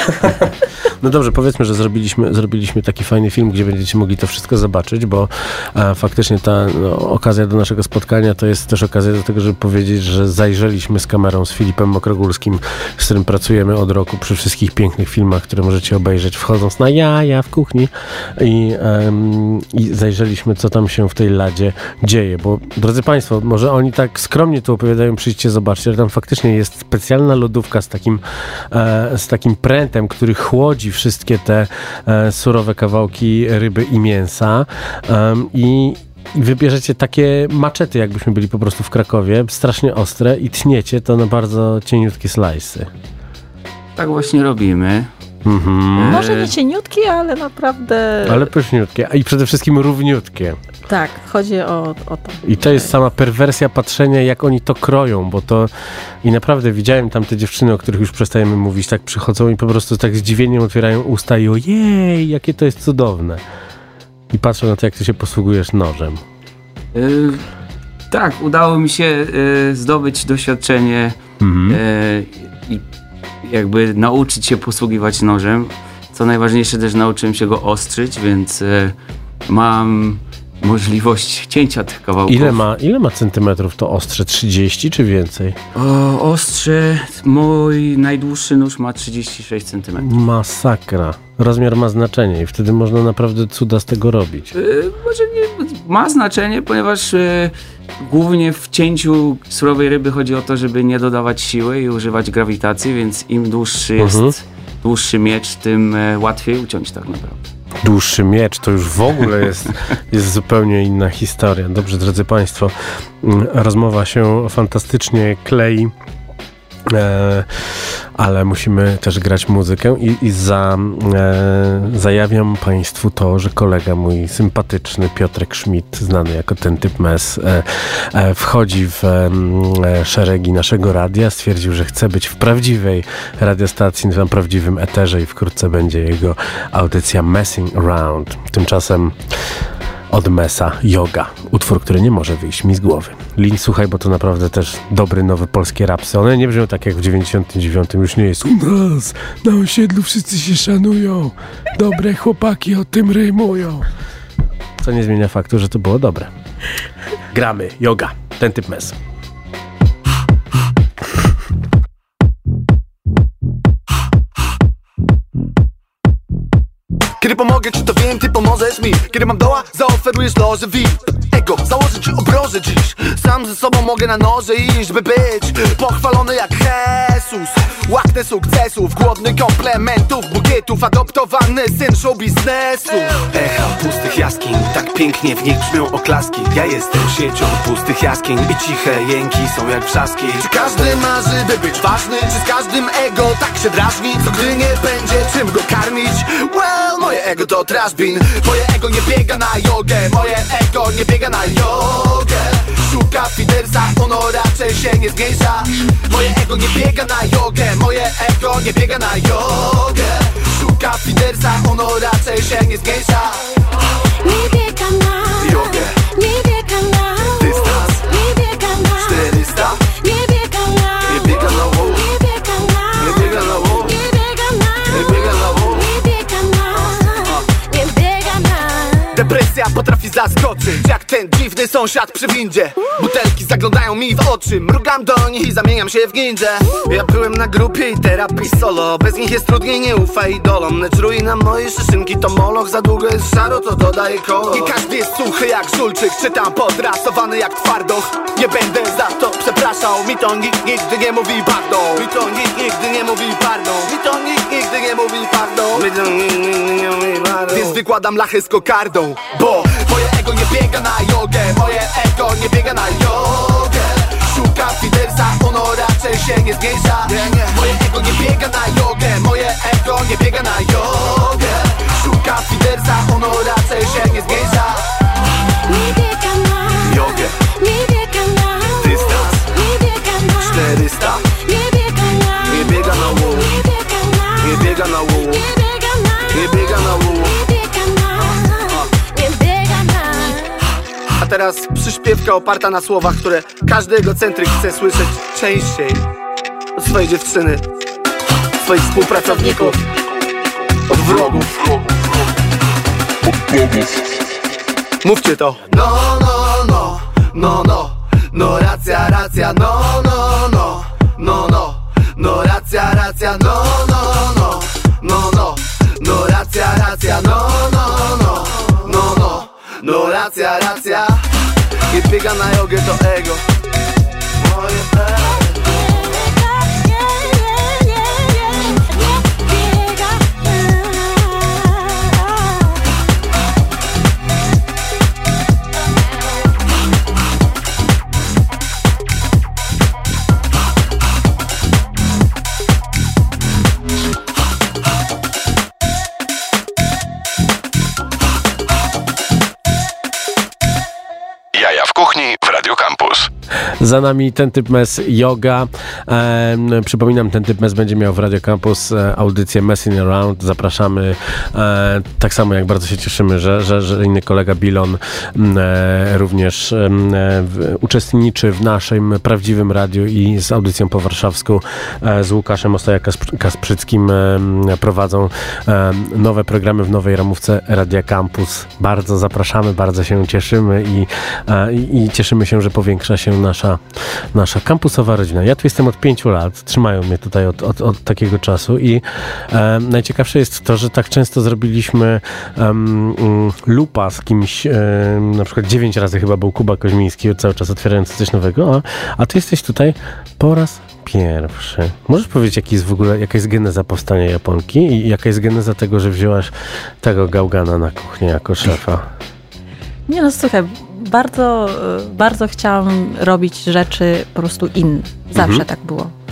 No dobrze, powiedzmy, że zrobiliśmy, zrobiliśmy taki fajny film, gdzie będziecie mogli to wszystko zobaczyć, bo e, faktycznie ta no, okazja do naszego spotkania to jest też okazja do tego, żeby powiedzieć, że zajrzeliśmy z kamerą z Filipem Mokrogórskim, z którym pracujemy od roku przy wszystkich pięknych filmach, które możecie obejrzeć wchodząc na Jaja w kuchni i, em, i zajrzeliśmy, co tam się w tej ladzie dzieje, bo drodzy Państwo, może oni tak skromnie tu opowiadają, przyjdźcie, zobaczcie, ale tam faktycznie jest specjalna lodówka z takim, e, z takim prętem, który chłodzi wszystkie te e, surowe kawałki ryby i mięsa um, i i wybierzecie takie maczety, jakbyśmy byli po prostu w Krakowie, strasznie ostre i tniecie to na bardzo cieniutkie slajsy. Tak właśnie robimy. Mhm. E... Może nie cieniutkie, ale naprawdę... Ale pyszniutkie i przede wszystkim równiutkie. Tak, chodzi o, o to. I to jest sama perwersja patrzenia, jak oni to kroją, bo to i naprawdę widziałem tam te dziewczyny, o których już przestajemy mówić, tak przychodzą i po prostu tak zdziwieniem otwierają usta i ojej, jakie to jest cudowne. I patrzą na to, jak ty się posługujesz nożem. Yy, tak, udało mi się yy, zdobyć doświadczenie mhm. yy, i jakby nauczyć się posługiwać nożem. Co najważniejsze, też nauczyłem się go ostrzyć, więc yy, mam możliwość cięcia tych kawałków. Ile ma, ile ma centymetrów to ostrze? trzydzieści czy więcej? O, ostrze, mój najdłuższy nóż ma trzydzieści sześć centymetrów. Masakra. Rozmiar ma znaczenie i wtedy można naprawdę cuda z tego robić. Yy, może nie, ma znaczenie, ponieważ yy, głównie w cięciu surowej ryby chodzi o to, żeby nie dodawać siły i używać grawitacji, więc im dłuższy jest mhm. dłuższy miecz, tym yy, łatwiej uciąć tak naprawdę. Dłuższy miecz to już w ogóle jest, jest zupełnie inna historia. Dobrze, drodzy Państwo, rozmowa się fantastycznie klei. E, ale musimy też grać muzykę i, i za, e, zajawiam Państwu to, że kolega mój sympatyczny Piotrek Schmidt, znany jako ten typ mes, e, e, wchodzi w e, szeregi naszego radia, stwierdził, że chce być w prawdziwej radiostacji, w prawdziwym eterze i wkrótce będzie jego audycja Messing Around. Tymczasem od Mesa Yoga, utwór, który nie może wyjść mi z głowy. Lin, słuchaj, bo to naprawdę też dobry, nowy polskie rapsy. One nie brzmią tak jak w dziewięćdziesiątym dziewiątym, już nie jest u nas, na osiedlu wszyscy się szanują, dobre chłopaki o tym rymują. Co nie zmienia faktu, że to było dobre. Gramy, Yoga, ten typ mes. Kiedy pomogę ci, to wiem, ty pomożesz mi. Kiedy mam doła, zaoferujesz loże V I P. Ego, założę ci obrożę dziś. Sam ze sobą mogę na noże iść, by być pochwalony jak Jesus. Łaknę sukcesów, głodny komplementów, bukietów, adoptowany syn show biznesu. Echa pustych jaskiń, tak pięknie w nich brzmią oklaski. Ja jestem siecią pustych jaskiń i ciche jęki są jak wrzaski. Czy każdy marzy, by być ważny? Czy z każdym ego tak się drażni? Co gdy nie będzie czym go karmić? Well, moje ego to trash bin. Moje ego nie biega na jogę. Moje ego nie biega na jogę. Szuka fidersa, ono raczej się nie zmniejsza. Moje ego nie biega na jogę. Moje ego nie biega na jogę. Szuka fidersa, ono raczej się nie zmniejsza. Nie biega na jogę. Nie biega na dystans. Nie biega na czterysta. Nie biega na Nie biega na łół. Nie biega na Nie biega na łół. Nie biega na Nie biega na łół. Nie biega na Nie biega na Depresja potrafi zaskoczyć, jak ten dziwny sąsiad przy windzie. Butelki zaglądają mi w oczy, mrugam do nich i zamieniam się w ninja. Ja byłem na grupie i terapii solo. Bez nich jest trudniej, nie ufaj idolom. Lecz ruina mojej szyszynki to moloch. Za długo jest szaro, to dodaje kolor. Nie każdy jest suchy jak żulczyk. Czytam podrasowany jak twardoch. Nie będę za to przepraszał. Mi to nikt nigdy nie mówi pardon. Mi to nikt nigdy nie mówi pardon. Mi to nikt nigdy nie mówi pardon. Mi to nikt nigdy nie mówi pardon. Więc wykładam lachę z kokardą. Bo moje ego nie biega na jogę. Moje ego nie biega na jogę. Szuka fidersa, ono raczej się nie zmniejsza. Moje ego nie biega na jogę. Moje ego nie biega na jogę. Szuka fidersa, ono raczej się nie zmniejsza. Nie biega na jogę. Nie biega na dystans. Nie biega na czterysta. Nie biega na Nie biega na łół. Nie biega na Nie biega na łół. Nie biega na Nie biega na łół. Nie biega na Nie biega na A teraz przyśpiewka oparta na słowach, które każdy egocentryk chce słyszeć częściej od swojej dziewczyny, swoich współpracowników, od wrogów. Mówcie to. No, no, no, no, no, no, racja, racja, no, no, no, no, no, no, racja, racja, no, no, no, no, no, no, racja, racja, no, no, no, no, no, no, racja, racja. Nie biega na jogę, to ego. Moje ego. Jaja w kuchni w Radio Campus. Za nami ten typ mes Yoga. E, przypominam, ten typ mes będzie miał w Radio Campus e, audycję Messing Around. Zapraszamy. E, tak samo jak bardzo się cieszymy, że, że, że inny kolega Bilon e, również e, w, uczestniczy w naszym prawdziwym radiu i z audycją powarszawską e, z Łukaszem Ostoja-Kasprzyckim e, prowadzą e, nowe programy w nowej ramówce Radia Campus. Bardzo zapraszamy, bardzo się cieszymy i, e, i cieszymy się, że powiększa się nasza, nasza kampusowa rodzina. Ja tu jestem od pięciu lat, trzymają mnie tutaj od, od, od takiego czasu i e, najciekawsze jest to, że tak często zrobiliśmy um, um, lupa z kimś, e, na przykład dziewięć razy chyba był Kuba Koźmiński, cały czas otwierający coś nowego, a, a ty jesteś tutaj po raz pierwszy. Możesz powiedzieć, jaki jest w ogóle, jaka jest geneza powstania Japonki i jaka jest geneza tego, że wzięłaś tego gałgana na kuchnię jako szefa? Nie no, słuchaj, bardzo, bardzo chciałam robić rzeczy po prostu inne. Zawsze mhm. tak było.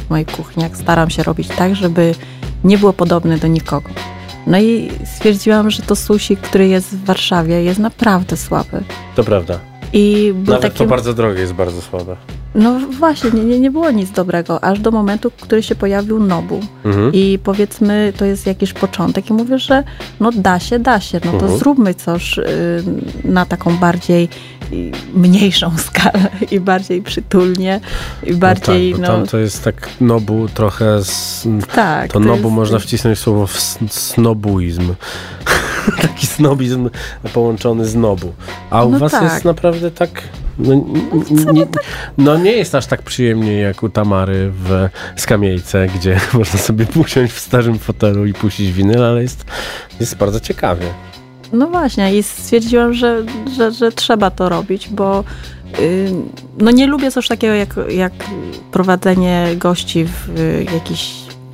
w mojej kuchni, jak staram się robić tak, żeby nie było podobny do nikogo. No i stwierdziłam, że to sushi, który jest w Warszawie, jest naprawdę słaby. To prawda. I był Nawet takim... to bardzo drogie jest bardzo słabe. No właśnie, nie, nie było nic dobrego, aż do momentu, w którym się pojawił Nobu. Mhm. I powiedzmy, to jest jakiś początek i mówię, że no da się, da się, no to mhm. zróbmy coś y, na taką bardziej y, mniejszą skalę i bardziej przytulnie i bardziej, no tak, no... tam to jest tak Nobu trochę, z, tak, to, to Nobu jest... można wcisnąć słowo w snobuizm. Taki snobizm połączony z Nobu. A u no was tak. jest naprawdę tak... No, n- nie, no nie jest aż tak przyjemnie jak u Tamary w Skamiejce, gdzie można sobie usiąść w starym fotelu i puścić winyl, ale jest, jest bardzo ciekawie. No właśnie i stwierdziłam, że, że, że trzeba to robić, bo yy, no nie lubię coś takiego jak, jak prowadzenie gości w y, jakiejś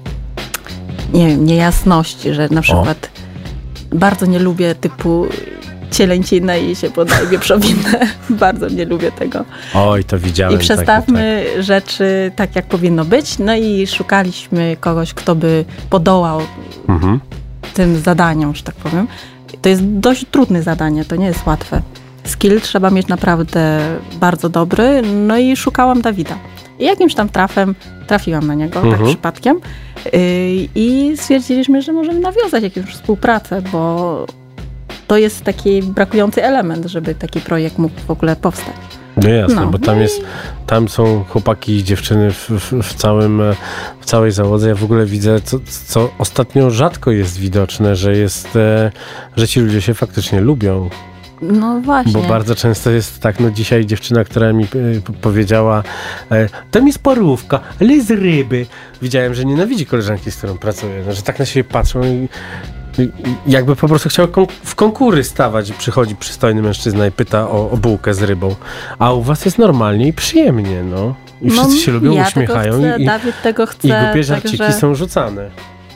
nie wiem, niejasności, że na przykład o. bardzo nie lubię typu cielęcinę i się podaje wieprzowinę. Bardzo nie lubię tego. Oj, to widziałem. I przestawmy tak, tak. rzeczy tak, jak powinno być. No i szukaliśmy kogoś, kto by podołał mhm. tym zadaniom, że tak powiem. To jest dość trudne zadanie, to nie jest łatwe. Skill trzeba mieć naprawdę bardzo dobry. No i szukałam Dawida. I jakimś tam trafem trafiłam na niego, mhm. tak przypadkiem. Yy, I stwierdziliśmy, że możemy nawiązać jakąś współpracę, bo to jest taki brakujący element, żeby taki projekt mógł w ogóle powstać. No jasne, no. bo tam jest, tam są chłopaki i dziewczyny w, w, w, całym, w całej załodze. Ja w ogóle widzę, co, co ostatnio rzadko jest widoczne, że jest, że ci ludzie się faktycznie lubią. No właśnie. Bo bardzo często jest tak, no dzisiaj dziewczyna, która mi y, powiedziała, e, tam jest parówka, ale z ryby. Widziałem, że nienawidzi koleżanki, z którą pracuję, no, że tak na siebie patrzą i jakby po prostu chciał kon- w konkury stawać. Przychodzi przystojny mężczyzna i pyta o, o bułkę z rybą. A u was jest normalnie i przyjemnie, no. I wszyscy no, się lubią, ja uśmiechają. Tego chcę, i, Dawid tego chce. I głupie żarciki także... są rzucane.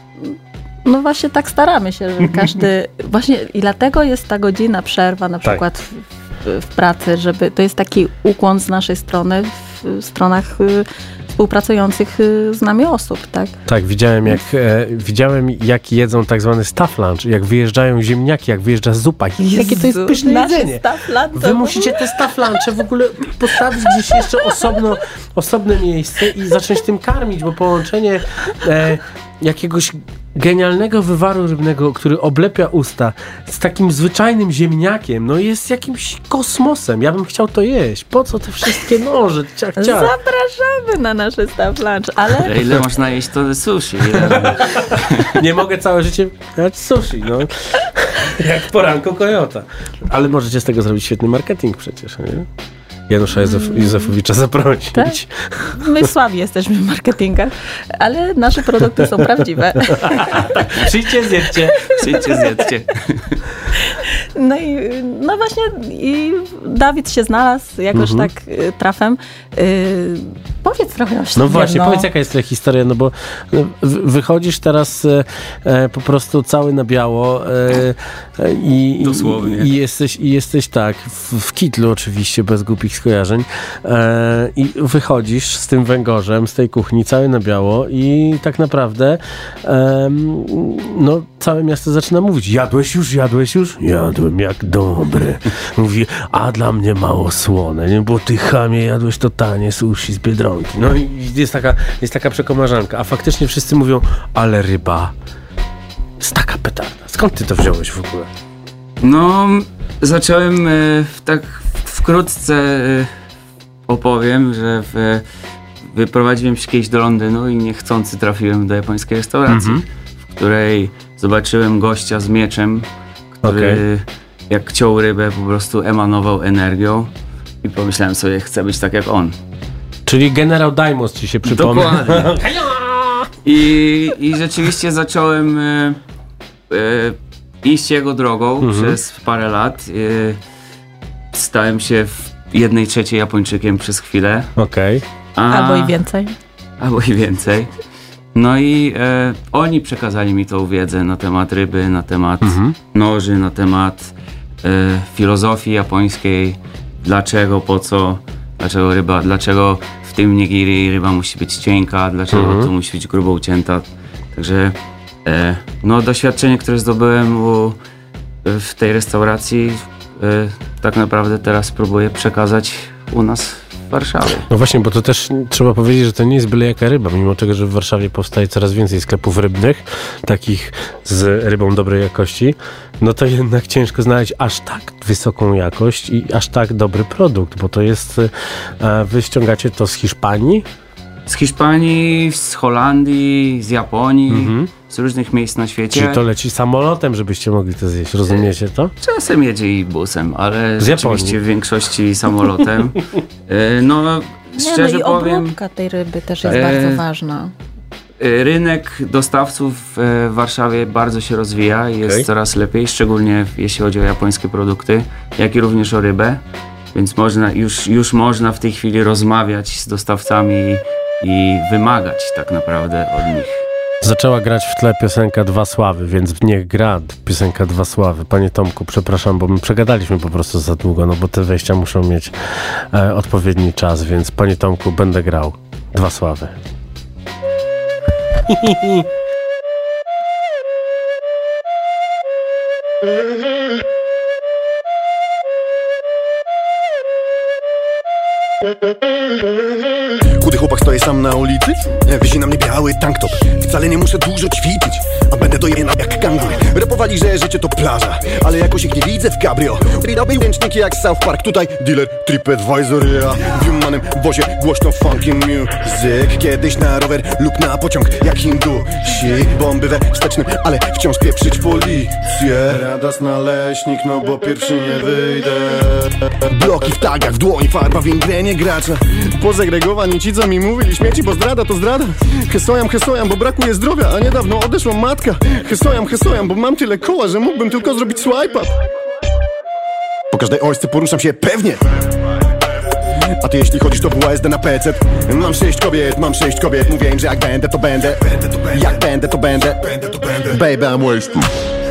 No właśnie tak staramy się, że każdy... Właśnie i dlatego jest ta godzina przerwa na przykład tak. w, w pracy, żeby... To jest taki ukłon z naszej strony w stronach współpracujących z nami osób, tak? Tak, widziałem jak, e, widziałem jak jedzą tak zwany staff lunch, jak wyjeżdżają ziemniaki, jak wyjeżdża zupa. Jezu, jakie to jest pyszne jedzenie. Wy musicie te staff lunche w ogóle postawić gdzieś jeszcze osobno, osobne miejsce i zacząć tym karmić, bo połączenie e, jakiegoś genialnego wywaru rybnego, który oblepia usta z takim zwyczajnym ziemniakiem, no jest jakimś kosmosem. Ja bym chciał to jeść. Po co te wszystkie noże? Ciach, ciach. Zapraszamy na nasze staff lunch, ale... Ile można jeść to sushi? Nie mogę całe życie jadać sushi, no. Jak poranku kojota. Ale możecie z tego zrobić świetny marketing przecież, nie? Janusza Józef, Józefowicza zaprosić. Tak? My słabi jesteśmy w marketingach, ale nasze produkty są prawdziwe. Przyjdźcie, zjedzcie. Przyjdźcie, zjedzcie. No i no właśnie i Dawid się znalazł jakoś mhm. tak y, trafem. Y, powiedz trochę o sobie. No właśnie, no. Powiedz jaka jest ta historia, no bo w, wychodzisz teraz e, po prostu cały na biało e, i, Dosłownie. i, i, jesteś, i jesteś tak, w, w kitlu oczywiście, bez głupich skojarzeń e, i wychodzisz z tym węgorzem, z tej kuchni cały na biało i tak naprawdę e, no całe miasto zaczyna mówić, jadłeś już, jadłeś już? Jadłem, jak dobry. Mówi, a dla mnie mało słone, nie? Bo ty chamie jadłeś to tanie sushi z Biedronki. No i jest taka, jest taka przekomarzanka, a faktycznie wszyscy mówią, ale ryba jest taka petarda. Skąd ty to wziąłeś w ogóle? No, zacząłem e, tak wkrótce e, opowiem, że w, wyprowadziłem się kiedyś do Londynu i niechcący trafiłem do japońskiej restauracji, mm-hmm. w której zobaczyłem gościa z mieczem, który okay. jak ciął rybę po prostu emanował energią i pomyślałem sobie, chcę być tak jak on. Czyli generał Daimos ci się przypomniał. Dokładnie. I, I rzeczywiście zacząłem e, e, iść jego drogą mm-hmm. przez parę lat. E, stałem się w jednej trzeciej Japończykiem przez chwilę. Okej. Okay. Albo i więcej. Albo i więcej. No i e, oni przekazali mi tą wiedzę na temat ryby, na temat mhm. noży, na temat e, filozofii japońskiej, dlaczego, po co, dlaczego ryba, dlaczego w tym nigiri ryba musi być cienka, dlaczego Mhm. tu musi być grubo ucięta. Także e, no, doświadczenie, które zdobyłem u, w tej restauracji, e, tak naprawdę teraz próbuję przekazać u nas w Warszawie. No właśnie, bo to też trzeba powiedzieć, że to nie jest byle jaka ryba, mimo tego, że w Warszawie powstaje coraz więcej sklepów rybnych, takich z rybą dobrej jakości, no to jednak ciężko znaleźć aż tak wysoką jakość i aż tak dobry produkt, bo to jest, e, wy ściągacie to z Hiszpanii? Z Hiszpanii, z Holandii, z Japonii, Mhm. z różnych miejsc na świecie. Czyli to leci samolotem, żebyście mogli to zjeść, rozumiecie to? Czasem jedzie i busem, ale Z rzeczywiście Japonii. w większości samolotem. E, no, szczerze nie, no i powiem, obróbka tej ryby też jest e, bardzo ważna. e, rynek dostawców e, w Warszawie bardzo się rozwija i jest Okej. coraz lepiej, szczególnie jeśli chodzi o japońskie produkty, jak i również o rybę. Więc można, już, już można w tej chwili rozmawiać z dostawcami i wymagać tak naprawdę od nich. Zaczęła grać w tle piosenka Dwa Sławy, więc niech gra piosenka Dwa Sławy. Panie Tomku, przepraszam, bo my przegadaliśmy po prostu za długo, no bo te wejścia muszą mieć e, odpowiedni czas, więc panie Tomku, będę grał Dwa Sławy. Chudy chłopak stoi sam na ulicy, wisi na mnie biały tanktop. Wcale nie muszę dużo ćwiczyć, a będę dojena jak kangur. Rapowali, że życie to plaża, ale jakoś ich nie widzę w cabrio. Robię ręczniki jak South Park, tutaj dealer TripAdvisor. Ja w humanym wozie głośno funky music. Kiedyś na rower lub na pociąg jak Hindusi. Bomby we wstecznym, ale wciąż pieprzyć policję. Radas na leśnik, no bo pierwszy nie wyjdę. Bloki w tagach, w dłoni farba w ingrenie gracza. Pozegregowani ci co mi mówili śmieci, bo zdrada to zdrada. Hesojam, hesojam, bo brakuje zdrowia, a niedawno odeszła matka. Hesojam, hesojam, bo mam tyle koła, że mógłbym tylko zrobić swipe up. Po każdej ośce poruszam się pewnie. A ty jeśli chodzisz to W S D na P C. Mam sześć kobiet, mam sześć kobiet. Mówię im, że jak będę to będę. Jak będę to będę. Baby I'm wasted.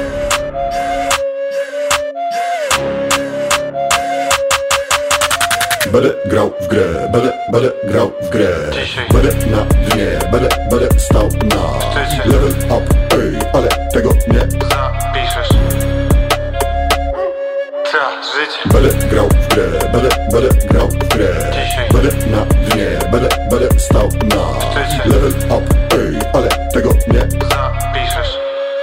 Będę grał w grę, będę, będę grał w grę. Będę na dnie, będę, będę stał na level up, ej, ale tego nie zapiszesz. Ta, życie. Będę grał w grę, będę, będę grał w grę. Będę na dnie, będę, będę stał na level up, ej, ale tego nie zapiszesz.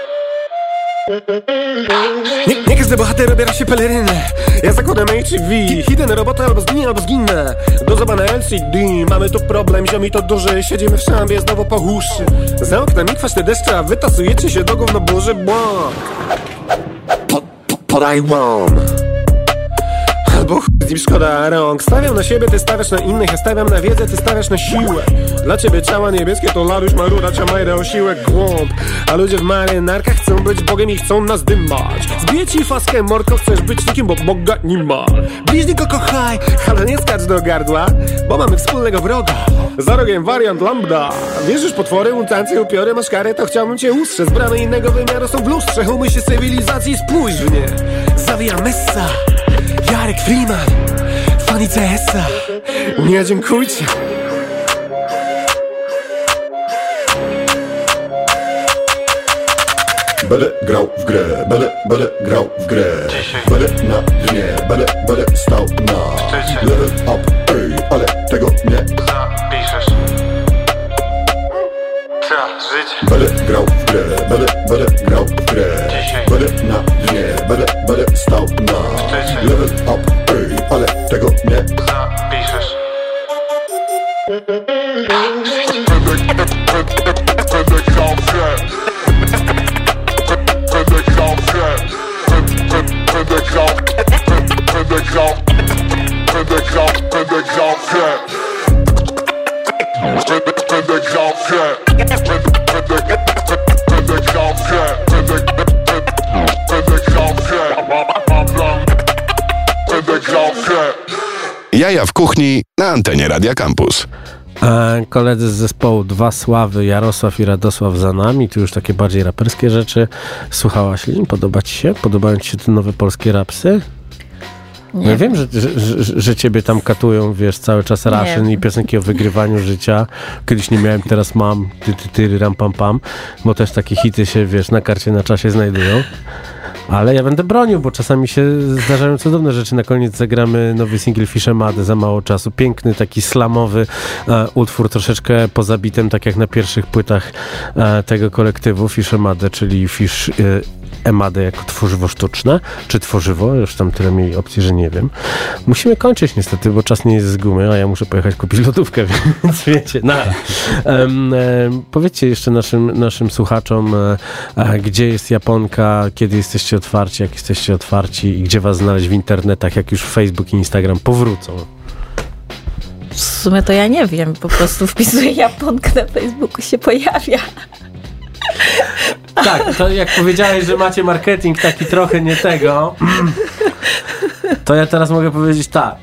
Nie, nie każdy bohater obiera się pelerynę. Ja zakładam H I V, idę na robotę albo zginę, albo zginę. Do zoba na L C D, mamy tu problem, ziomi to duży. Siedzimy w szambie, znowu po uszy. Za oknami kwaśne deszcze, a wy tasujecie się do gówno burzy. Błąd. Po, po, podaj łom. Albo chuj z nim szkoda rąk. Stawiam na siebie, ty stawiasz na innych. Ja stawiam na wiedzę, ty stawiasz na siłę. Dla ciebie ciała niebieskie to laruś, marura, ciamajda, osiłek, głąb. A ludzie w marynarkach chcą być Bogiem i chcą nas dymać. Zbiję ci faskę, mordko, chcesz być nikim, bo Boga nie ma. Bliźniko kochaj, ale nie skacz do gardła, bo mamy wspólnego wroga. Za rogiem wariant lambda. Wierzysz potwory, mutacje, upiory, masz karę, to chciałbym cię ustrzec. Bramy innego wymiaru są w lustrze, umyj się cywilizacji, spójrz w nie. Zawija Messa, Jarek Freeman, Fanny C S a. Nie dziękujcie. Będę grał w grę, będę, będę grał w grę. Będę na dnie, będę, będę stał na level up, ej, ale tego nie zapiszesz. Ta, życie. Będę grał w grę, będę, będę grał w grę. Będę na dnie, będę, będę stał na level up, ej, ale tego nie zapiszesz. Będę grał w grę. Będę grał w grę. Będę grał, będę grał, będę grał, będę grał w grę. Będę grał w grę. Będę grał w grę. Będę grał w grę. Będę grał w grę. Jaja w kuchni na antenie Radia Campus. E, koledzy z zespołu Dwa Sławy, Jarosław i Radosław za nami, tu już takie bardziej raperskie rzeczy. Słuchałaś, Lin? Podoba ci się? Podobają ci się te nowe polskie rapsy? Nie ja wiem, że, że, że, że ciebie tam katują, wiesz, cały czas Russian i piosenki o wygrywaniu życia. Kiedyś nie miałem, teraz mam, ty, ty, ty, ram, pam, pam, bo też takie hity się, wiesz, na karcie na czasie znajdują. Ale ja będę bronił, bo czasami się zdarzają cudowne rzeczy. Na koniec zagramy nowy singiel Fish Made za mało czasu. Piękny, taki slamowy e, utwór, troszeczkę pozabitym, tak jak na pierwszych płytach e, tego kolektywu Fish Made, czyli Fish e, Emade jako tworzywo sztuczne, czy tworzywo, już tam tyle mieli opcji, że nie wiem. Musimy kończyć niestety, bo czas nie jest z gumy, a ja muszę pojechać kupić lodówkę, więc wiecie, nara. Um, um, powiedzcie jeszcze naszym, naszym słuchaczom, um, gdzie jest Japonka, kiedy jesteście otwarci, jak jesteście otwarci i gdzie was znaleźć w internetach, jak już Facebook i Instagram powrócą. W sumie to ja nie wiem, po prostu wpisuję Japonkę na Facebooku, się pojawia. Tak, to jak powiedziałeś, że macie marketing taki trochę nie tego, to ja teraz mogę powiedzieć tak.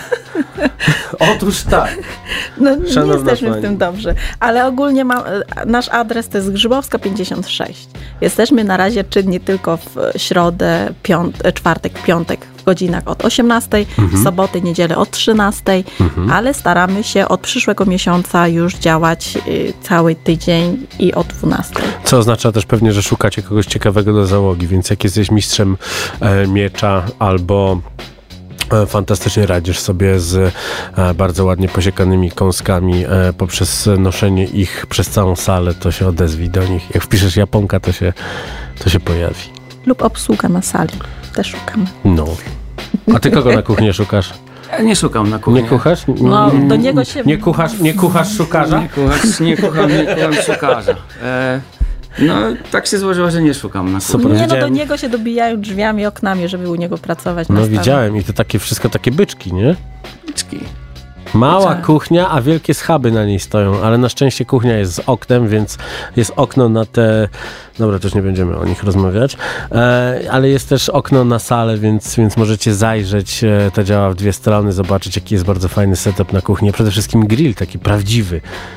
Otóż tak. No nie Szanowna jesteśmy pani. w tym dobrze, ale ogólnie ma, nasz adres to jest Grzybowska pięćdziesiąt sześć. Jesteśmy na razie czynni tylko w środę, piąt, czwartek, piątek w godzinach od osiemnastej, Mhm. soboty, niedzielę od trzynastej, Mhm. ale staramy się od przyszłego miesiąca już działać y, cały tydzień i od dwunastej. Co oznacza też pewnie, że szukacie kogoś ciekawego do załogi, więc jak jesteś mistrzem e, miecza albo e, fantastycznie radzisz sobie z e, bardzo ładnie posiekanymi kąskami e, poprzez noszenie ich przez całą salę, to się odezwij do nich. Jak wpiszesz Japonka, to się, to się pojawi. Lub obsługa na sali. Też szukamy. No. A ty kogo na kuchni szukasz? Ja nie szukam na kuchni. Nie kuchasz? No, do niego się... Nie kuchasz, nie kuchasz szukarza? Nie, kuchasz, nie kucham, nie kucham szukarza. E, no, tak się złożyło, że nie szukam na kuchni. Super, Nie, no do widziałem. niego się dobijają drzwiami, oknami, żeby u niego pracować. na No stałe. widziałem i to takie wszystko takie byczki, nie? Byczki. Mała Tak. kuchnia, a wielkie schaby na niej stoją, ale na szczęście kuchnia jest z oknem, więc jest okno na te... Dobra, też nie będziemy o nich rozmawiać, e, ale jest też okno na salę, więc, więc możecie zajrzeć, e, to działa w dwie strony, zobaczyć jaki jest bardzo fajny setup na kuchni. Przede wszystkim grill, taki prawdziwy,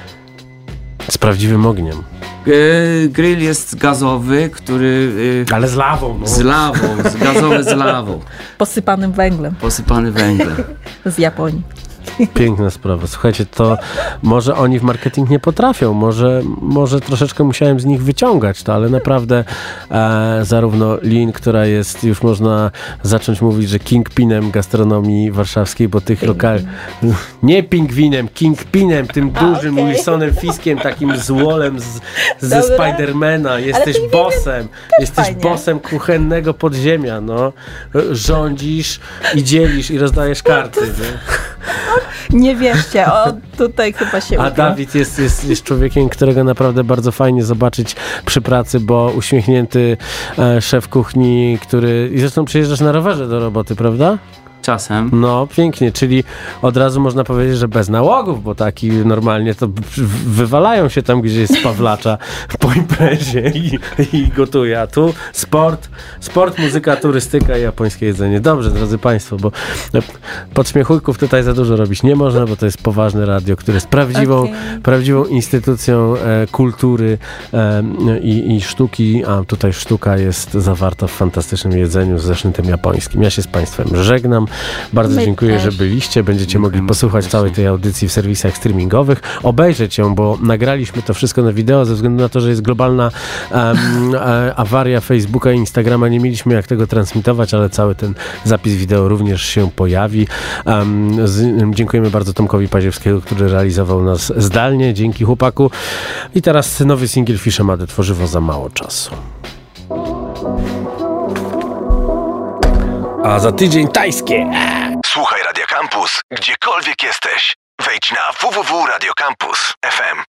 z prawdziwym ogniem. E, grill jest gazowy, który... E, Ale z lawą, no. Z lawą, z gazowy z lawą. Posypanym węglem Posypany węglem. z Japonii. Piękna sprawa. Słuchajcie, to może oni w marketing nie potrafią, może, może troszeczkę musiałem z nich wyciągać to, ale naprawdę e, zarówno Lin, która jest, już można zacząć mówić, że kingpinem gastronomii warszawskiej, bo tych lokali... Nie pingwinem, kingpinem, tym dużym okej. Wilsonem Fiskiem, takim złolem z, ze Dobra. Spidermana. Jesteś pingwinem bossem. Jesteś fajnie. bossem kuchennego podziemia, no. Rządzisz i dzielisz i rozdajesz karty, nie? Nie wierzcie, o tutaj chyba się A uda. Dawid jest, jest, jest człowiekiem, którego naprawdę bardzo fajnie zobaczyć przy pracy, bo uśmiechnięty e, szef kuchni, który... I zresztą przyjeżdżasz na rowerze do roboty, prawda? Czasem. No, pięknie, czyli od razu można powiedzieć, że bez nałogów, bo taki normalnie to w- wywalają się tam, gdzie jest Pawlacza po imprezie i, i gotuje, a tu sport, sport, muzyka, turystyka i japońskie jedzenie. Dobrze, drodzy Państwo, bo podśmiechujków tutaj za dużo robić nie można, bo to jest poważne radio, które jest prawdziwą, Okej. prawdziwą instytucją e, kultury e, i, i sztuki, a tutaj sztuka jest zawarta w fantastycznym jedzeniu ze sznytem japońskim. Ja się z Państwem żegnam. Bardzo My dziękuję, też. że byliście. Będziecie Dziękujemy mogli posłuchać serdecznie. całej tej audycji w serwisach streamingowych, obejrzeć ją, bo nagraliśmy to wszystko na wideo ze względu na to, że jest globalna um, e, awaria Facebooka i Instagrama. Nie mieliśmy jak tego transmitować, ale cały ten zapis wideo również się pojawi. Um, z, dziękujemy bardzo Tomkowi Paziewskiego, który realizował nas zdalnie. Dzięki chłopaku. I teraz nowy singiel Fish Made, tworzywo za mało czasu. A za tydzień tajskie. Słuchaj Radio Campus, gdziekolwiek jesteś. Wejdź na w w w kropka radio campus kropka f m.